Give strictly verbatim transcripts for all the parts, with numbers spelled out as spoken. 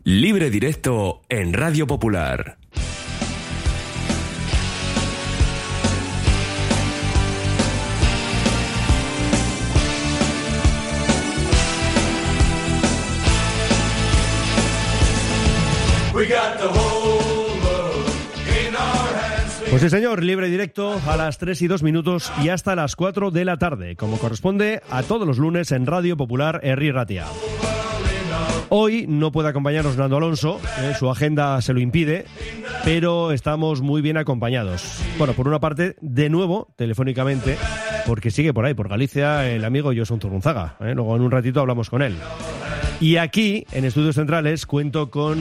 Libre Directo en Radio Popular. Pues sí, señor, libre y directo a las tres y dos minutos y hasta las cuatro de la tarde, como corresponde a todos los lunes en Radio Popular Herri Ratia. Hoy no puede acompañarnos Nando Alonso, eh, su agenda se lo impide, pero estamos muy bien acompañados. Bueno, por una parte, de nuevo, telefónicamente, porque sigue por ahí, por Galicia, el amigo Josun Zurrunzaga. Eh, luego en un ratito hablamos con él. Y aquí, en Estudios Centrales, cuento con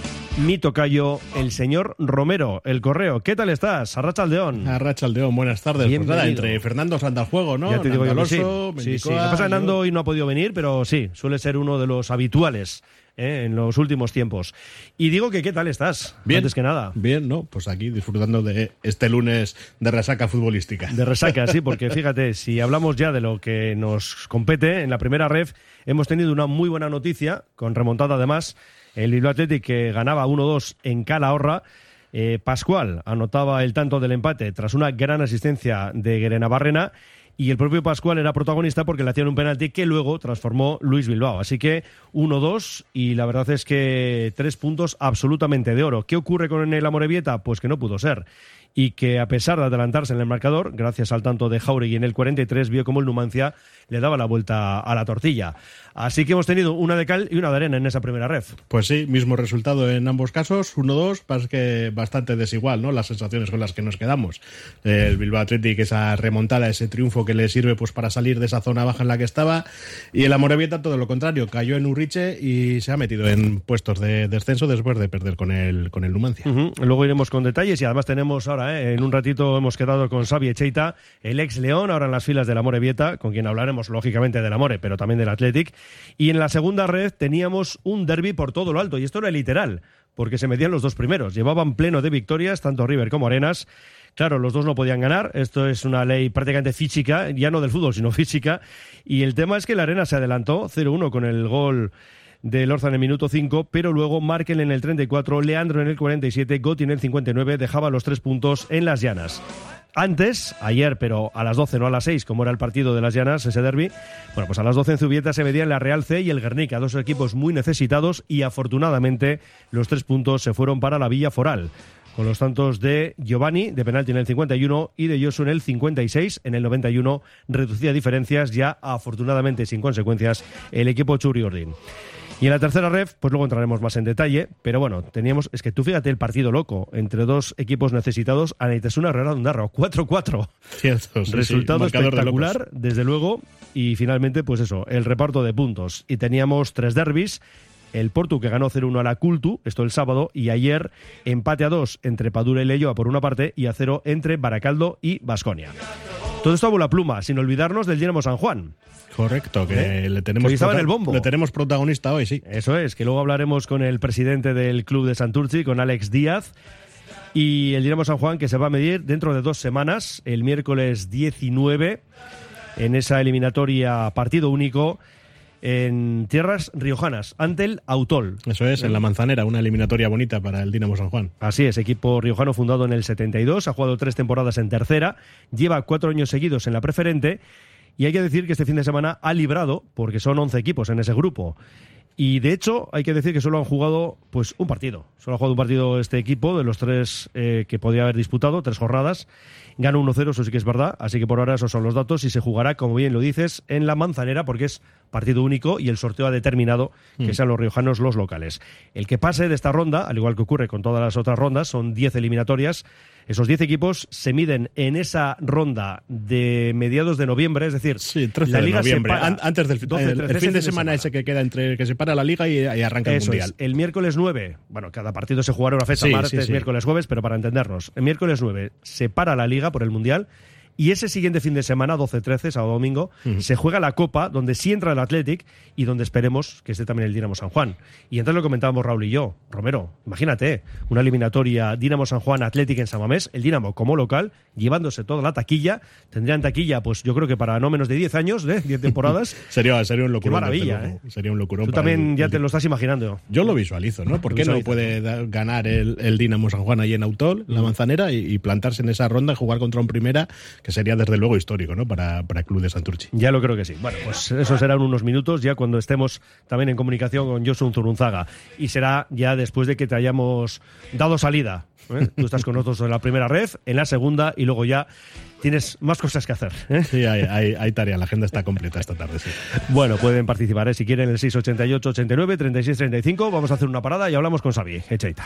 mi tocayo, el señor Romero, El Correo. ¿Qué tal estás? Arrachaldeón. Arrachaldeón, buenas tardes. Pues nada, entre Fernando Santajuego, ¿no? Ya te digo yo que sí. Alonso, Sí, sí. Lo que pasa es que Nando hoy no ha podido venir, pero sí, suele ser uno de los habituales ¿eh? en los últimos tiempos. Y digo que ¿qué tal estás? Bien. Antes que nada. Bien, ¿no? Pues aquí disfrutando de este lunes de resaca futbolística. De resaca, sí, porque fíjate, si hablamos ya de lo que nos compete, en la primera ref hemos tenido una muy buena noticia, con remontada además. El Bilbao Athletic que ganaba uno dos en Calahorra. Eh, Pascual anotaba el tanto del empate tras una gran asistencia de Guerena Barrena. Y el propio Pascual era protagonista porque le hacían un penalti que luego transformó Luis Bilbao. Así que uno dos y la verdad es que tres puntos absolutamente de oro. ¿Qué ocurre con el Amorebieta? Pues que no pudo ser. Y que a pesar de adelantarse en el marcador, gracias al tanto de Jauregui en el cuarenta y tres, vio como el Numancia le daba la vuelta a la tortilla. Así que hemos tenido una de cal y una de arena en esa primera ref. Pues sí, mismo resultado en ambos casos, uno dos, pasa que bastante desigual, ¿no? Las sensaciones con las que nos quedamos. El Bilbao Athletic, esa remontada, ese triunfo que le sirve pues para salir de esa zona baja en la que estaba, y el Amorebieta todo lo contrario, cayó en Urriche y se ha metido en puestos de descenso después de perder con el, con el Numancia. Uh-huh. Luego iremos con detalles y además tenemos ahora, ¿eh? en un ratito hemos quedado con Xavi Echeita, el ex León, ahora en las filas del Amorebieta, con quien hablaremos lógicamente del Amore, pero también del Athletic. Y en la segunda red teníamos un derbi por todo lo alto, y esto era literal, porque se metían los dos primeros. Llevaban pleno de victorias, tanto River como Arenas. Claro, los dos no podían ganar, esto es una ley prácticamente física, ya no del fútbol, sino física. Y el tema es que la Arenas se adelantó cero uno con el gol de Lorza en el minuto cinco, pero luego Markel en el treinta y cuatro, Leandro en el cuarenta y siete, Gotti en el cincuenta y nueve, dejaba los tres puntos en las Llanas. Antes, ayer, pero a las doce, no a las seis, como era el partido de las Llanas, ese derbi, bueno, pues a las doce en Zubieta se medían la Real C y el Guernica, dos equipos muy necesitados, y afortunadamente los tres puntos se fueron para la Villa Foral, con los tantos de Giovanni, de penalti en el cincuenta y uno, y de Josu en el cincuenta y seis. En el noventa y uno reducía diferencias, ya afortunadamente sin consecuencias, el equipo Churri-Ordín. Y en la tercera ref, pues luego entraremos más en detalle, pero bueno, teníamos, es que tú fíjate el partido loco entre dos equipos necesitados, Anaitasuna Herrera Ondarro, cuatro cuatro. Cierto, sí, Resultado sí, espectacular, de desde luego, y finalmente, pues eso, el reparto de puntos. Y teníamos tres derbis, el Portu que ganó cero uno a la Cultu, esto el sábado, y ayer empate a dos entre Padura y Leioa por una parte, y a cero entre Baracaldo y Baskonia. Todo esto a bola pluma, sin olvidarnos del Dinamo San Juan. Correcto, que ¿Eh? le tenemos que estaba prota- en el bombo. le tenemos protagonista hoy, sí. Eso es, que luego hablaremos con el presidente del club de Santurtzi, con Alex Díaz, y el Dinamo San Juan que se va a medir dentro de dos semanas, el miércoles diecinueve, en esa eliminatoria partido único en tierras riojanas, ante el Autol. Eso es, en la Manzanera, una eliminatoria bonita para el Dinamo San Juan. Así es, equipo riojano fundado en el setenta y dos, ha jugado tres temporadas en tercera, lleva cuatro años seguidos en la preferente, y hay que decir que este fin de semana ha librado, porque son once equipos en ese grupo. Y de hecho, hay que decir que solo han jugado pues un partido. Solo ha jugado un partido este equipo, de los tres eh, que podía haber disputado, tres jornadas. Ganó uno cero, eso sí que es verdad. Así que por ahora esos son los datos y se jugará, como bien lo dices, en la Manzanera, porque es partido único y el sorteo ha determinado que mm. sean los riojanos los locales. El que pase de esta ronda, al igual que ocurre con todas las otras rondas, son diez eliminatorias. Esos diez equipos se miden en esa ronda de mediados de noviembre, es decir, sí, trece la liga de noviembre, se para, An- antes del doce, el, trece, el fin de de semana, semana ese que queda entre que se para la liga y, y arranca Eso el mundial. Es, el miércoles nueve, bueno, cada partido se jugará una fecha, sí, martes, sí, sí. miércoles, jueves, pero para entendernos, el miércoles nueve se para la liga por el mundial. y ese siguiente fin de semana, doce trece, sábado domingo, uh-huh. se juega la Copa, donde sí entra el Athletic y donde esperemos que esté también el Dinamo San Juan. Y entonces lo comentábamos Raúl y yo. Romero, imagínate, una eliminatoria Dinamo San Juan, Athletic en San Mamés, el Dinamo como local, llevándose toda la taquilla, tendrían taquilla, pues yo creo que para no menos de diez años, ¿eh? diez temporadas. sería, sería un locurón. Qué maravilla, ¿eh? Sería un locurón. Tú también el, ya el... te lo estás imaginando. Yo lo visualizo, ¿no? ¿Por qué no puede da, ganar el, el Dinamo San Juan ahí en Autol, la Manzanera, y, y plantarse en esa ronda y jugar contra un Primera, que sería desde luego histórico, ¿no? Para, para el club de Santurchi. Ya lo creo que sí. Bueno, pues eso será en unos minutos, ya cuando estemos también en comunicación con Josu Zurunzaga. Y será ya después de que te hayamos dado salida. ¿eh? Tú estás con nosotros en la primera red, en la segunda, y luego ya tienes más cosas que hacer. ¿eh? Sí, hay, hay, hay tarea. La agenda está completa esta tarde, sí. Bueno, pueden participar, ¿eh? Si quieren, el seis ochenta y ocho, ochenta y nueve, treinta y seis, treinta y cinco. Vamos a hacer una parada y hablamos con Xavi Echeita.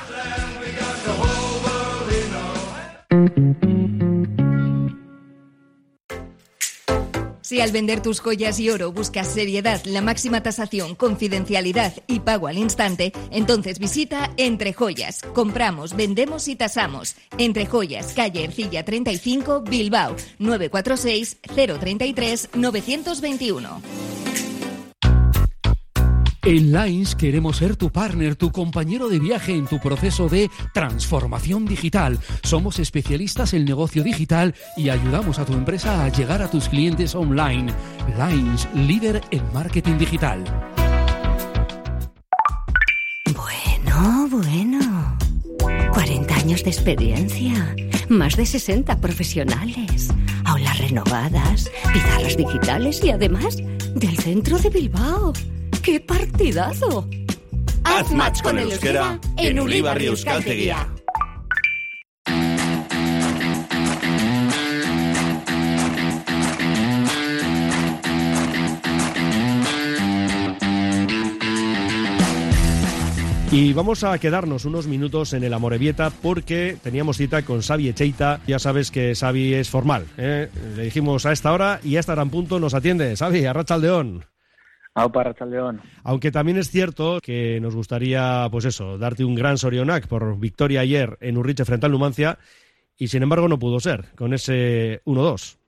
Si al vender tus joyas y oro buscas seriedad, la máxima tasación, confidencialidad y pago al instante, entonces visita Entre Joyas. Compramos, vendemos y tasamos. Entre Joyas, calle Ercilla treinta y cinco, Bilbao, nueve cuatro seis, cero tres tres, nueve dos uno. En Lines queremos ser tu partner, tu compañero de viaje en tu proceso de transformación digital. Somos especialistas en negocio digital y ayudamos a tu empresa a llegar a tus clientes online. Lines, líder en marketing digital. Bueno, bueno. cuarenta años de experiencia, más de sesenta profesionales, aulas renovadas, pizarras digitales y además del centro de Bilbao. ¡Qué partidazo! Haz match con el euskera en Ulibarri Euskaltegia. Y vamos a quedarnos unos minutos en el Amorebieta porque teníamos cita con Xavi Echeita. Ya sabes que Xavi es formal, ¿eh? Le dijimos a esta hora y a esta hora en punto nos atiende. Xavi, arratsaldeón. Aupa, arratsaldeón. Aunque también es cierto que nos gustaría, pues eso, darte un gran sorionac por victoria ayer en Urriche frente al Numancia, y sin embargo no pudo ser, con ese uno dos.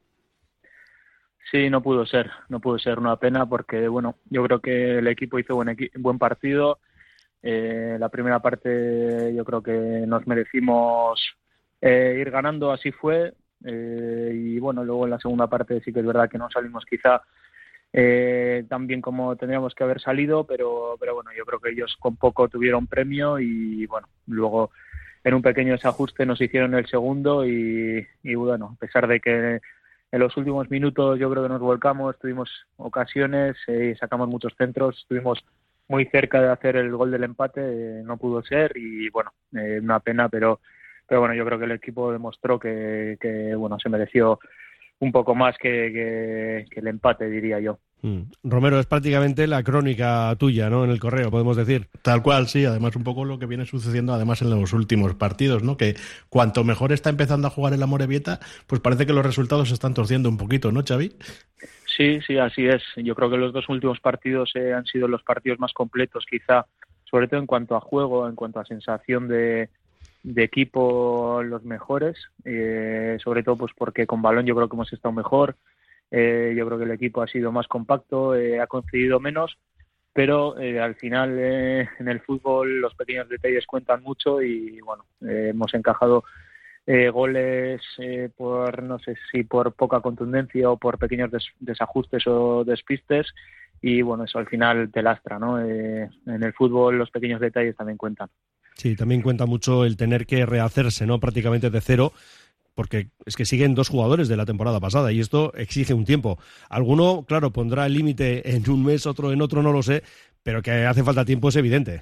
Sí, no pudo ser, no pudo ser, una pena, porque bueno, yo creo que el equipo hizo buen, equi- buen partido. Eh, la primera parte yo creo que nos merecimos eh, ir ganando, así fue. Eh, y bueno, luego en la segunda parte sí que es verdad que no salimos quizá Eh, tan bien como tendríamos que haber salido, pero pero bueno, yo creo que ellos con poco tuvieron premio y bueno, luego en un pequeño desajuste nos hicieron el segundo y, y bueno, a pesar de que en los últimos minutos yo creo que nos volcamos, tuvimos ocasiones, eh, sacamos muchos centros, estuvimos muy cerca de hacer el gol del empate, eh, no pudo ser y bueno, eh, una pena, pero pero bueno, yo creo que el equipo demostró que, que bueno, se mereció un poco más que, que, que el empate, diría yo. Mm. Romero, es prácticamente la crónica tuya, ¿no? En el Correo, podemos decir. Tal cual, sí. Además, un poco lo que viene sucediendo además en los últimos partidos, ¿no? Que cuanto mejor está empezando a jugar el Amorebieta, pues parece que los resultados se están torciendo un poquito, ¿no, Xavi? Sí, sí, así es. Yo creo que los dos últimos partidos eh, han sido los partidos más completos, quizá, sobre todo en cuanto a juego, en cuanto a sensación de de equipo, los mejores, eh, sobre todo pues porque con balón yo creo que hemos estado mejor, eh, yo creo que el equipo ha sido más compacto, eh, ha concedido menos, pero eh, al final eh, en el fútbol los pequeños detalles cuentan mucho y bueno, eh, hemos encajado eh, goles eh, por no sé si por poca contundencia o por pequeños des- desajustes o despistes y bueno, eso al final te lastra, ¿no? Eh, en el fútbol los pequeños detalles también cuentan. Sí, también cuenta mucho el tener que rehacerse, ¿no? Prácticamente de cero, porque es que siguen dos jugadores de la temporada pasada y esto exige un tiempo. Alguno, claro, pondrá el límite en un mes, otro en otro, no lo sé, pero que hace falta tiempo es evidente.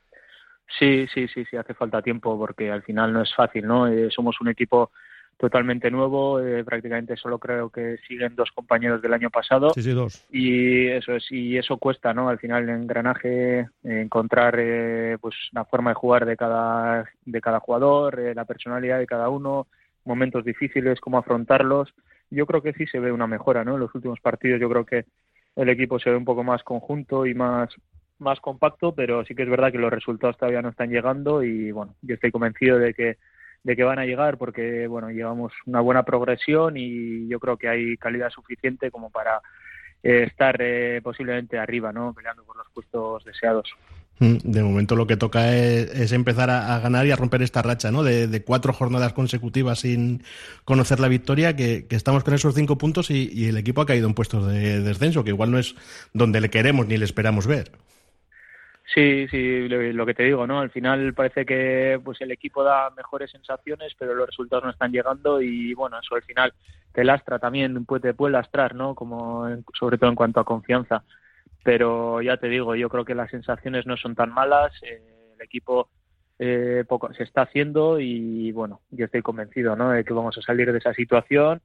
Sí, sí, sí, sí, hace falta tiempo porque al final no es fácil, ¿no? Eh, somos un equipo totalmente nuevo, eh, prácticamente solo creo que siguen dos compañeros del año pasado. Sí, sí, dos. Y eso es, y eso cuesta, ¿no? Al final el engranaje, eh, encontrar eh, pues la forma de jugar de cada de cada jugador, eh, la personalidad de cada uno, momentos difíciles, cómo afrontarlos. Yo creo que sí se ve una mejora, ¿no? En los últimos partidos yo creo que el equipo se ve un poco más conjunto y más más compacto, pero sí que es verdad que los resultados todavía no están llegando y bueno, yo estoy convencido de que de que van a llegar, porque bueno, llevamos una buena progresión y yo creo que hay calidad suficiente como para eh, estar eh, posiblemente arriba, ¿no? Peleando por los puestos deseados. De momento lo que toca es, es empezar a, a ganar y a romper esta racha, ¿no? De, de cuatro jornadas consecutivas sin conocer la victoria, que, que estamos con esos cinco puntos y, y el equipo ha caído en puestos de, de descenso, que igual no es donde le queremos ni le esperamos ver. Sí, sí, lo, lo que te digo, ¿no? Al final parece que pues el equipo da mejores sensaciones, pero los resultados no están llegando y, bueno, eso al final te lastra también, puede, te puede lastrar, ¿no? Como en, sobre todo en cuanto a confianza. Pero ya te digo, yo creo que las sensaciones no son tan malas, eh, el equipo eh, poco se está haciendo y, bueno, yo estoy convencido, ¿no? De que vamos a salir de esa situación.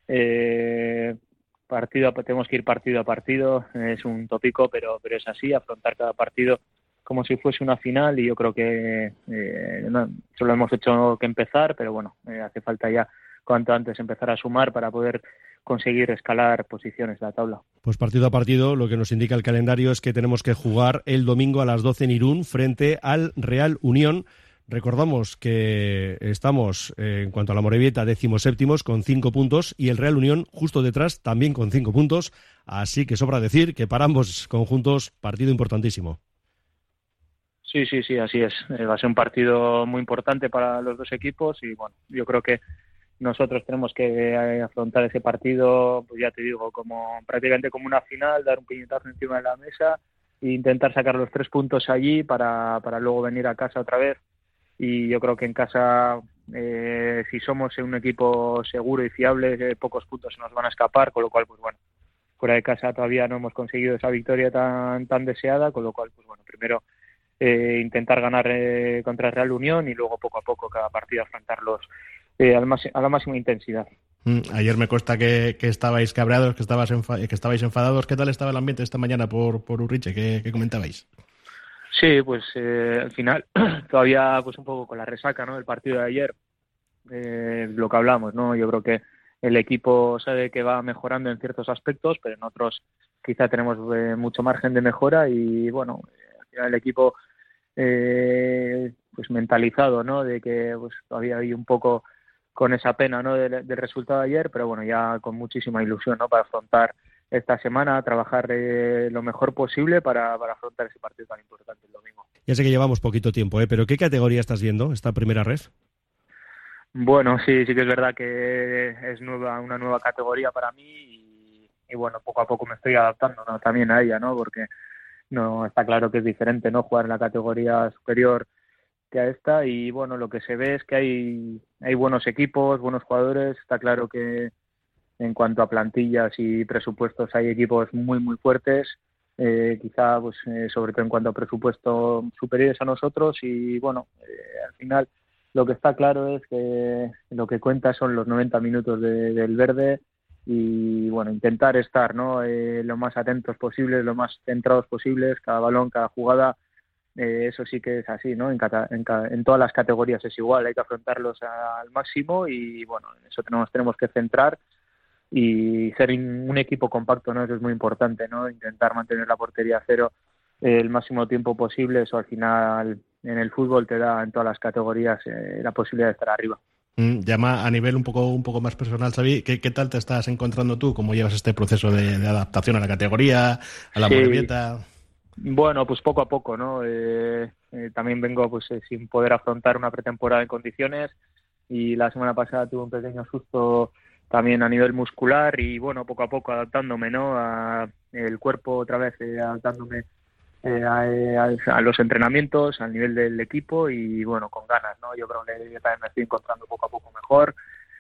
Eh, partido tenemos que ir partido a partido, es un tópico, pero pero es así, afrontar cada partido como si fuese una final y yo creo que eh, no, solo hemos hecho que empezar, pero bueno, eh, hace falta ya cuanto antes empezar a sumar para poder conseguir escalar posiciones de la tabla. Pues partido a partido, lo que nos indica el calendario es que tenemos que jugar el domingo a las doce en Irún frente al Real Unión. Recordamos que estamos, eh, en cuanto a la Amorebieta, decimoséptimos con cinco puntos y el Real Unión justo detrás también con cinco puntos. Así que sobra decir que para ambos conjuntos partido importantísimo. Sí, sí, sí, así es. Eh, va a ser un partido muy importante para los dos equipos y bueno, yo creo que nosotros tenemos que eh, afrontar ese partido, pues ya te digo, como prácticamente como una final, dar un puñetazo encima de la mesa e intentar sacar los tres puntos allí para, para luego venir a casa otra vez. Y yo creo que en casa, eh, si somos un equipo seguro y fiable, eh, pocos puntos se nos van a escapar, con lo cual, pues bueno, fuera de casa todavía no hemos conseguido esa victoria tan tan deseada, con lo cual, pues bueno, primero eh, intentar ganar eh, contra el Real Unión y luego poco a poco cada partido afrontarlos eh, al más, a la máxima intensidad. Mm, ayer me consta que, que estabais cabreados, que, estabas enfa- que estabais enfadados. ¿Qué tal estaba el ambiente esta mañana por, por Urriche? ¿Qué, qué comentabais? Sí, pues eh, al final todavía pues un poco con la resaca, ¿no? Del partido de ayer, eh, lo que hablamos, ¿no? Yo creo que el equipo sabe que va mejorando en ciertos aspectos, pero en otros quizá tenemos eh, mucho margen de mejora y bueno, al final el equipo eh, pues mentalizado, ¿no? De que pues todavía hay un poco con esa pena, ¿no? Del, del resultado de ayer, pero bueno, ya con muchísima ilusión, ¿no? Para afrontar esta semana, trabajar eh, lo mejor posible para, para afrontar ese partido tan importante el domingo. Ya sé que llevamos poquito tiempo, ¿eh? Pero ¿qué categoría estás viendo esta primera red? Bueno, sí, sí que es verdad que es nueva, una nueva categoría para mí y, y bueno, poco a poco me estoy adaptando, ¿no? También a ella, ¿no? Porque no está claro que es diferente, ¿no? Jugar en la categoría superior que a esta y bueno, lo que se ve es que hay, hay buenos equipos, buenos jugadores, está claro que en cuanto a plantillas y presupuestos hay equipos muy muy fuertes, eh, quizá pues eh, sobre todo en cuanto a presupuesto superiores a nosotros y bueno, eh, al final lo que está claro es que lo que cuenta son los noventa minutos de, del verde y bueno, intentar estar, ¿no? Eh, lo más atentos posibles, lo más centrados posibles, cada balón, cada jugada, eh, eso sí que es así, ¿no? En, cata, en, en todas las categorías es igual, hay que afrontarlos a, al máximo y bueno, en eso tenemos, tenemos que centrar y ser un equipo compacto, ¿no? Eso es muy importante, ¿no? Intentar mantener la portería a cero eh, el máximo tiempo posible, eso al final en el fútbol te da en todas las categorías eh, la posibilidad de estar arriba. Mm, llama a nivel un poco un poco más personal, Xavi, ¿qué, qué tal te estás encontrando tú? ¿Cómo llevas este proceso de, de adaptación a la categoría, a la sí. Amorebieta? Bueno, pues poco a poco, ¿no? Eh, eh, también vengo pues eh, sin poder afrontar una pretemporada en condiciones y la semana pasada tuve un pequeño susto también a nivel muscular y bueno, poco a poco adaptándome, ¿no? A el cuerpo otra vez, eh, adaptándome eh, a, a, a los entrenamientos, al nivel del equipo y bueno, con ganas, ¿no? Yo creo que yo también me estoy encontrando poco a poco mejor.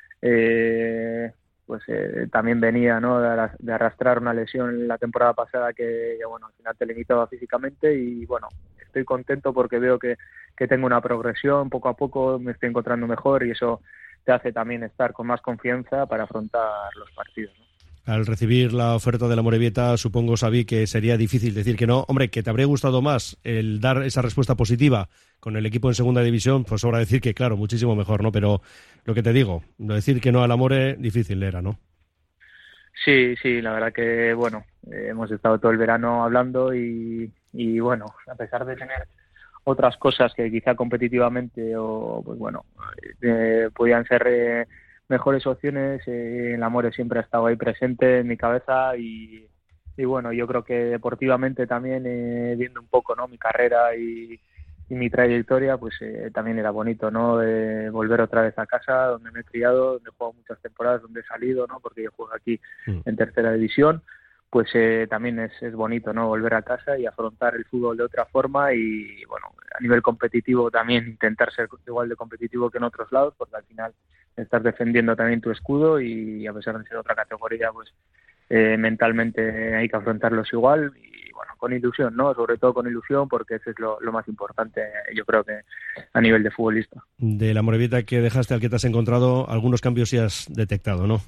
Eh, pues eh, también venía, ¿no? De, de arrastrar una lesión la temporada pasada que, que bueno, al final te limitaba físicamente y bueno, estoy contento porque veo que, que tengo una progresión, poco a poco me estoy encontrando mejor y eso te hace también estar con más confianza para afrontar los partidos, ¿no? Al recibir la oferta de la Amorebieta, supongo, Xavi, que sería difícil decir que no. Hombre, que te habría gustado más el dar esa respuesta positiva con el equipo en segunda división, pues sobra decir que, claro, muchísimo mejor, ¿no? Pero lo que te digo, decir que no al Amore, difícil era, ¿no? Sí, sí, la verdad que, bueno, eh, hemos estado todo el verano hablando y, y, bueno, a pesar de tener otras cosas que quizá competitivamente o pues bueno eh, podían ser eh, mejores opciones. Eh, el Amore siempre ha estado ahí presente en mi cabeza y, y bueno, yo creo que deportivamente también eh, viendo un poco, ¿no?, mi carrera y, y mi trayectoria, pues eh, también era bonito, ¿no?, eh, volver otra vez a casa donde me he criado, donde he jugado muchas temporadas, donde he salido, ¿no?, porque yo juego aquí mm. en tercera división. Pues eh, también es, es bonito, ¿no?, volver a casa y afrontar el fútbol de otra forma y, bueno, a nivel competitivo también intentar ser igual de competitivo que en otros lados, porque al final estás defendiendo también tu escudo y a pesar de ser otra categoría, pues eh, mentalmente hay que afrontarlos igual y, bueno, con ilusión, ¿no?, sobre todo con ilusión, porque eso es lo, lo más importante, yo creo que a nivel de futbolista. De la Amorebieta que dejaste al que te has encontrado, algunos cambios sí has detectado, ¿no?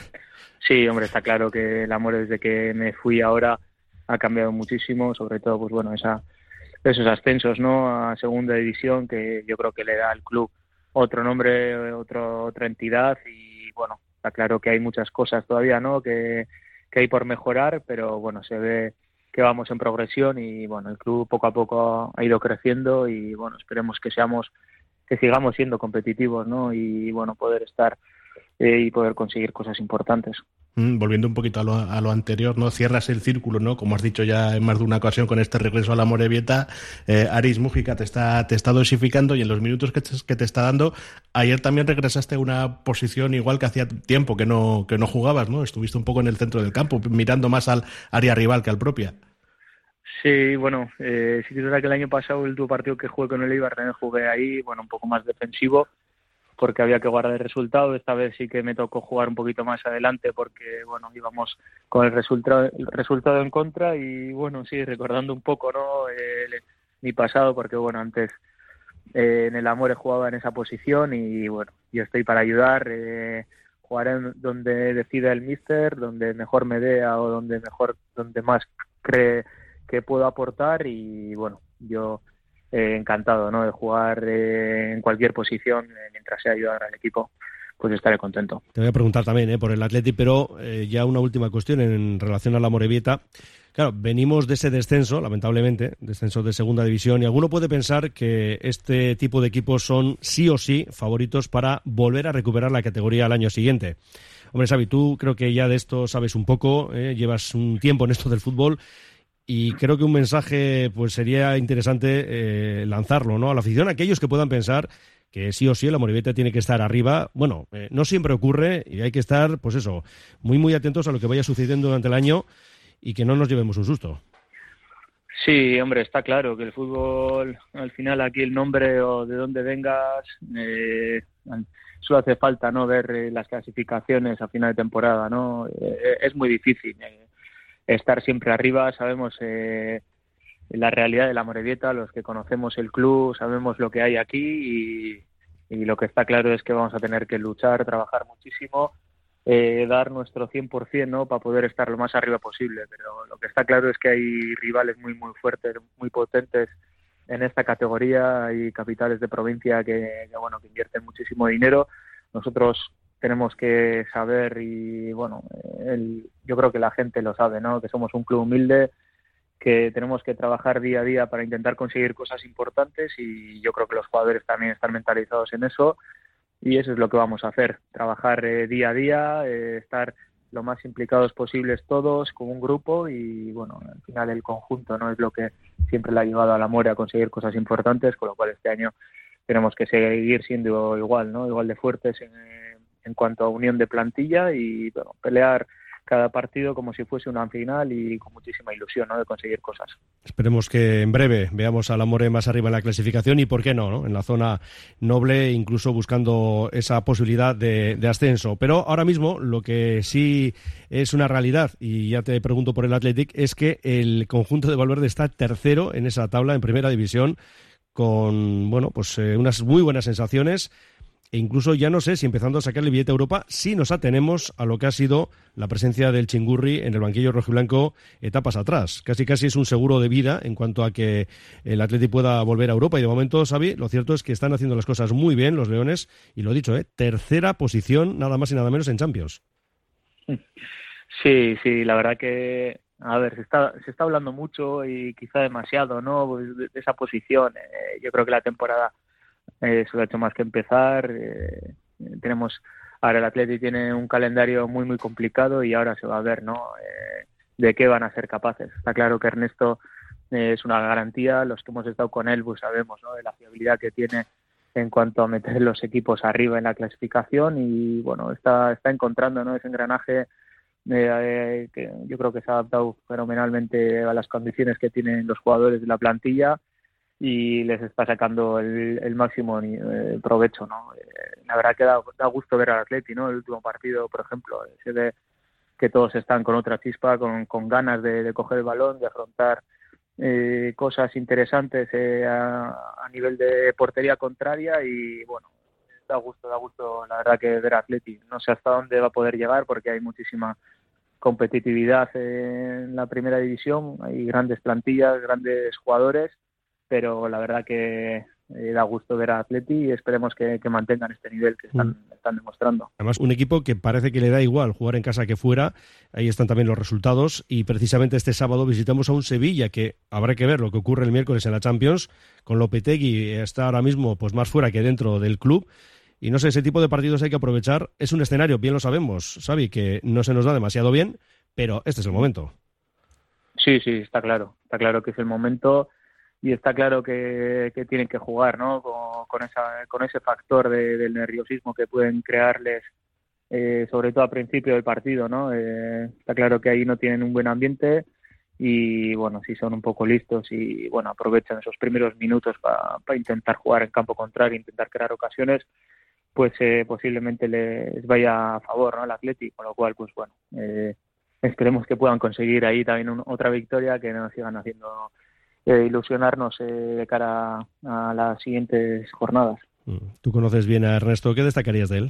Sí, hombre, está claro que el Amore desde que me fui ahora ha cambiado muchísimo, sobre todo, pues bueno, esa, esos ascensos, ¿no?, a segunda división, que yo creo que le da al club otro nombre, otro, otra entidad y, bueno, está claro que hay muchas cosas todavía, ¿no?, que, que hay por mejorar, pero, bueno, se ve que vamos en progresión y, bueno, el club poco a poco ha ido creciendo y, bueno, esperemos que seamos, que sigamos siendo competitivos, ¿no?, y, bueno, poder estar eh, y poder conseguir cosas importantes. Mm, volviendo un poquito a lo, a lo anterior, ¿no? Cierras el círculo, ¿no? Como has dicho ya en más de una ocasión con este regreso a la Amorebieta. eh, Aris Mújica te está, te está dosificando y en los minutos que te, que te está dando, ayer también regresaste a una posición igual que hacía tiempo que no, que no jugabas, ¿no? Estuviste un poco en el centro del campo, mirando más al área rival que al propia. Sí, bueno, eh, sí que es verdad que el año pasado el último partido que jugué con el Eibar también jugué ahí, bueno, un poco más defensivo, porque había que guardar el resultado. Esta vez sí que me tocó jugar un poquito más adelante porque, bueno, íbamos con el resultado el resultado en contra y, bueno, sí, recordando un poco, ¿no?, eh, mi pasado, porque, bueno, antes eh, en el Amore jugaba en esa posición y, bueno, yo estoy para ayudar, eh, jugaré donde decida el míster, donde mejor me vea o donde mejor, donde más cree que puedo aportar y, bueno, yo Eh, encantado, ¿no?, de jugar eh, en cualquier posición eh, mientras sea ayudar al equipo, pues estaré contento. Te voy a preguntar también eh, por el Athletic, pero eh, ya una última cuestión en relación a la Amorebieta. Claro, venimos de ese descenso, lamentablemente, descenso de segunda división, y alguno puede pensar que este tipo de equipos son sí o sí favoritos para volver a recuperar la categoría al año siguiente. Hombre, Xavi, tú creo que ya de esto sabes un poco, eh, llevas un tiempo en esto del fútbol. Y creo que un mensaje pues sería interesante eh, lanzarlo, ¿no?, a la afición, a aquellos que puedan pensar que sí o sí la Amorebieta tiene que estar arriba. Bueno, eh, no siempre ocurre y hay que estar, pues eso, muy muy atentos a lo que vaya sucediendo durante el año y que no nos llevemos un susto. Sí, hombre, está claro que el fútbol, al final aquí el nombre o de dónde vengas, eh, solo hace falta, ¿no?, ver eh, las clasificaciones a final de temporada, ¿no? Eh, es muy difícil eh, estar siempre arriba. Sabemos eh, la realidad de la Amorebieta, los que conocemos el club, sabemos lo que hay aquí y, y lo que está claro es que vamos a tener que luchar, trabajar muchísimo, eh, dar nuestro cien por ciento, ¿no?, para poder estar lo más arriba posible, pero lo que está claro es que hay rivales muy muy fuertes, muy potentes en esta categoría, hay capitales de provincia que, que bueno, que invierten muchísimo dinero. Nosotros tenemos que saber y, bueno, el, yo creo que la gente lo sabe, ¿no?, que somos un club humilde, que tenemos que trabajar día a día para intentar conseguir cosas importantes y yo creo que los jugadores también están mentalizados en eso y eso es lo que vamos a hacer, trabajar eh, día a día, eh, estar lo más implicados posibles todos como un grupo y, bueno, al final el conjunto, ¿no?, es lo que siempre le ha llevado al Amore a conseguir cosas importantes, con lo cual este año tenemos que seguir siendo igual, ¿no?, igual de fuertes en en cuanto a unión de plantilla y, bueno, pelear cada partido como si fuese una final y con muchísima ilusión, ¿no?, de conseguir cosas. Esperemos que en breve veamos al Amore más arriba en la clasificación y, ¿por qué no?, ¿no?, en la zona noble, incluso buscando esa posibilidad de, de ascenso. Pero ahora mismo lo que sí es una realidad, y ya te pregunto por el Athletic, es que el conjunto de Valverde está tercero en esa tabla en primera división con, bueno, pues eh, unas muy buenas sensaciones. E incluso ya no sé si empezando a sacarle billete a Europa, si nos atenemos a lo que ha sido la presencia del Chingurri en el banquillo rojiblanco etapas atrás. Casi casi es un seguro de vida en cuanto a que el Atleti pueda volver a Europa. Y de momento, Xavi, lo cierto es que están haciendo las cosas muy bien los leones. Y lo dicho, ¿eh? tercera posición, nada más y nada menos en Champions. Sí, sí, la verdad que a ver, se está se está hablando mucho y quizá demasiado, ¿no? Pues de, de esa posición. Eh, yo creo que la temporada eh, solo ha hecho más que empezar. Eh, tenemos ahora el Athletic tiene un calendario muy muy complicado y ahora se va a ver, ¿no? Eh, de qué van a ser capaces. Está claro que Ernesto eh, es una garantía. Los que hemos estado con él, pues sabemos, ¿no? De la fiabilidad que tiene en cuanto a meter los equipos arriba en la clasificación y bueno, está está encontrando, ¿no? Ese engranaje eh, eh, que yo creo que se ha adaptado fenomenalmente a las condiciones que tienen los jugadores de la plantilla y les está sacando el, el máximo eh, provecho, ¿no? Eh, la verdad que da, da gusto ver al Atleti, ¿no? El último partido, por ejemplo, se ve que todos están con otra chispa, con, con ganas de, de coger el balón, de afrontar Eh, cosas interesantes eh, a, a nivel de portería contraria y bueno, da gusto, da gusto la verdad que ver a Atleti. No sé hasta dónde va a poder llegar porque hay muchísima competitividad en la primera división, hay grandes plantillas, grandes jugadores, pero la verdad que eh, da gusto ver a Atleti y esperemos que, que mantengan este nivel que están, mm. están demostrando. Además, un equipo que parece que le da igual jugar en casa que fuera, ahí están también los resultados y precisamente este sábado visitamos a un Sevilla que habrá que ver lo que ocurre el miércoles en la Champions, con Lopetegui está ahora mismo pues más fuera que dentro del club y no sé, ese tipo de partidos hay que aprovechar, es un escenario, bien lo sabemos, Xavi, que no se nos da demasiado bien, pero este es el momento. Sí, sí, está claro, está claro que es el momento. Y está claro que, que tienen que jugar, ¿no? Con, con, esa, con ese factor de, del nerviosismo que pueden crearles, eh, sobre todo al principio del partido, ¿no? Eh, está claro que ahí no tienen un buen ambiente y, bueno, si son un poco listos y, bueno, aprovechan esos primeros minutos para pa intentar jugar en campo contrario, intentar crear ocasiones, pues eh, posiblemente les vaya a favor, ¿no? El Athletic, con lo cual, pues bueno, eh, esperemos que puedan conseguir ahí también un, otra victoria, que nos sigan haciendo Eh, ilusionarnos eh, de cara a, a las siguientes jornadas. Tú conoces bien a Ernesto, ¿qué destacarías de él?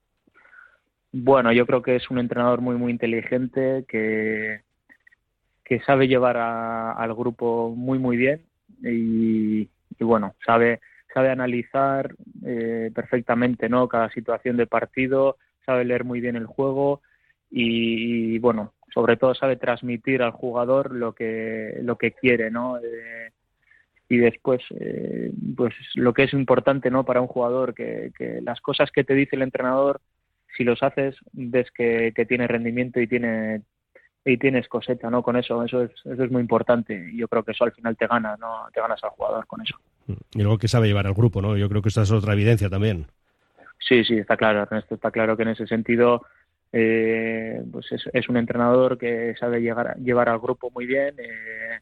Bueno, yo creo que es un entrenador muy muy inteligente que, que sabe llevar a, al grupo muy muy bien y, y bueno, sabe sabe analizar eh, perfectamente, ¿no? Cada situación de partido, sabe leer muy bien el juego y, y bueno, sobre todo sabe transmitir al jugador lo que lo que quiere, ¿no? Eh, y después, eh, pues lo que es importante, ¿no? Para un jugador, que, que las cosas que te dice el entrenador, si los haces, ves que, que tiene rendimiento y tiene y tienes cosecha, ¿no? Con eso, eso es eso es muy importante. Y yo creo que eso al final te gana, ¿no? Te ganas al jugador con eso. Y luego que sabe llevar al grupo, ¿no? Yo creo que esta es otra evidencia también. Sí, sí, está claro, Ernesto, está claro que en ese sentido Eh, pues es, es un entrenador que sabe llegar, llevar al grupo muy bien, eh,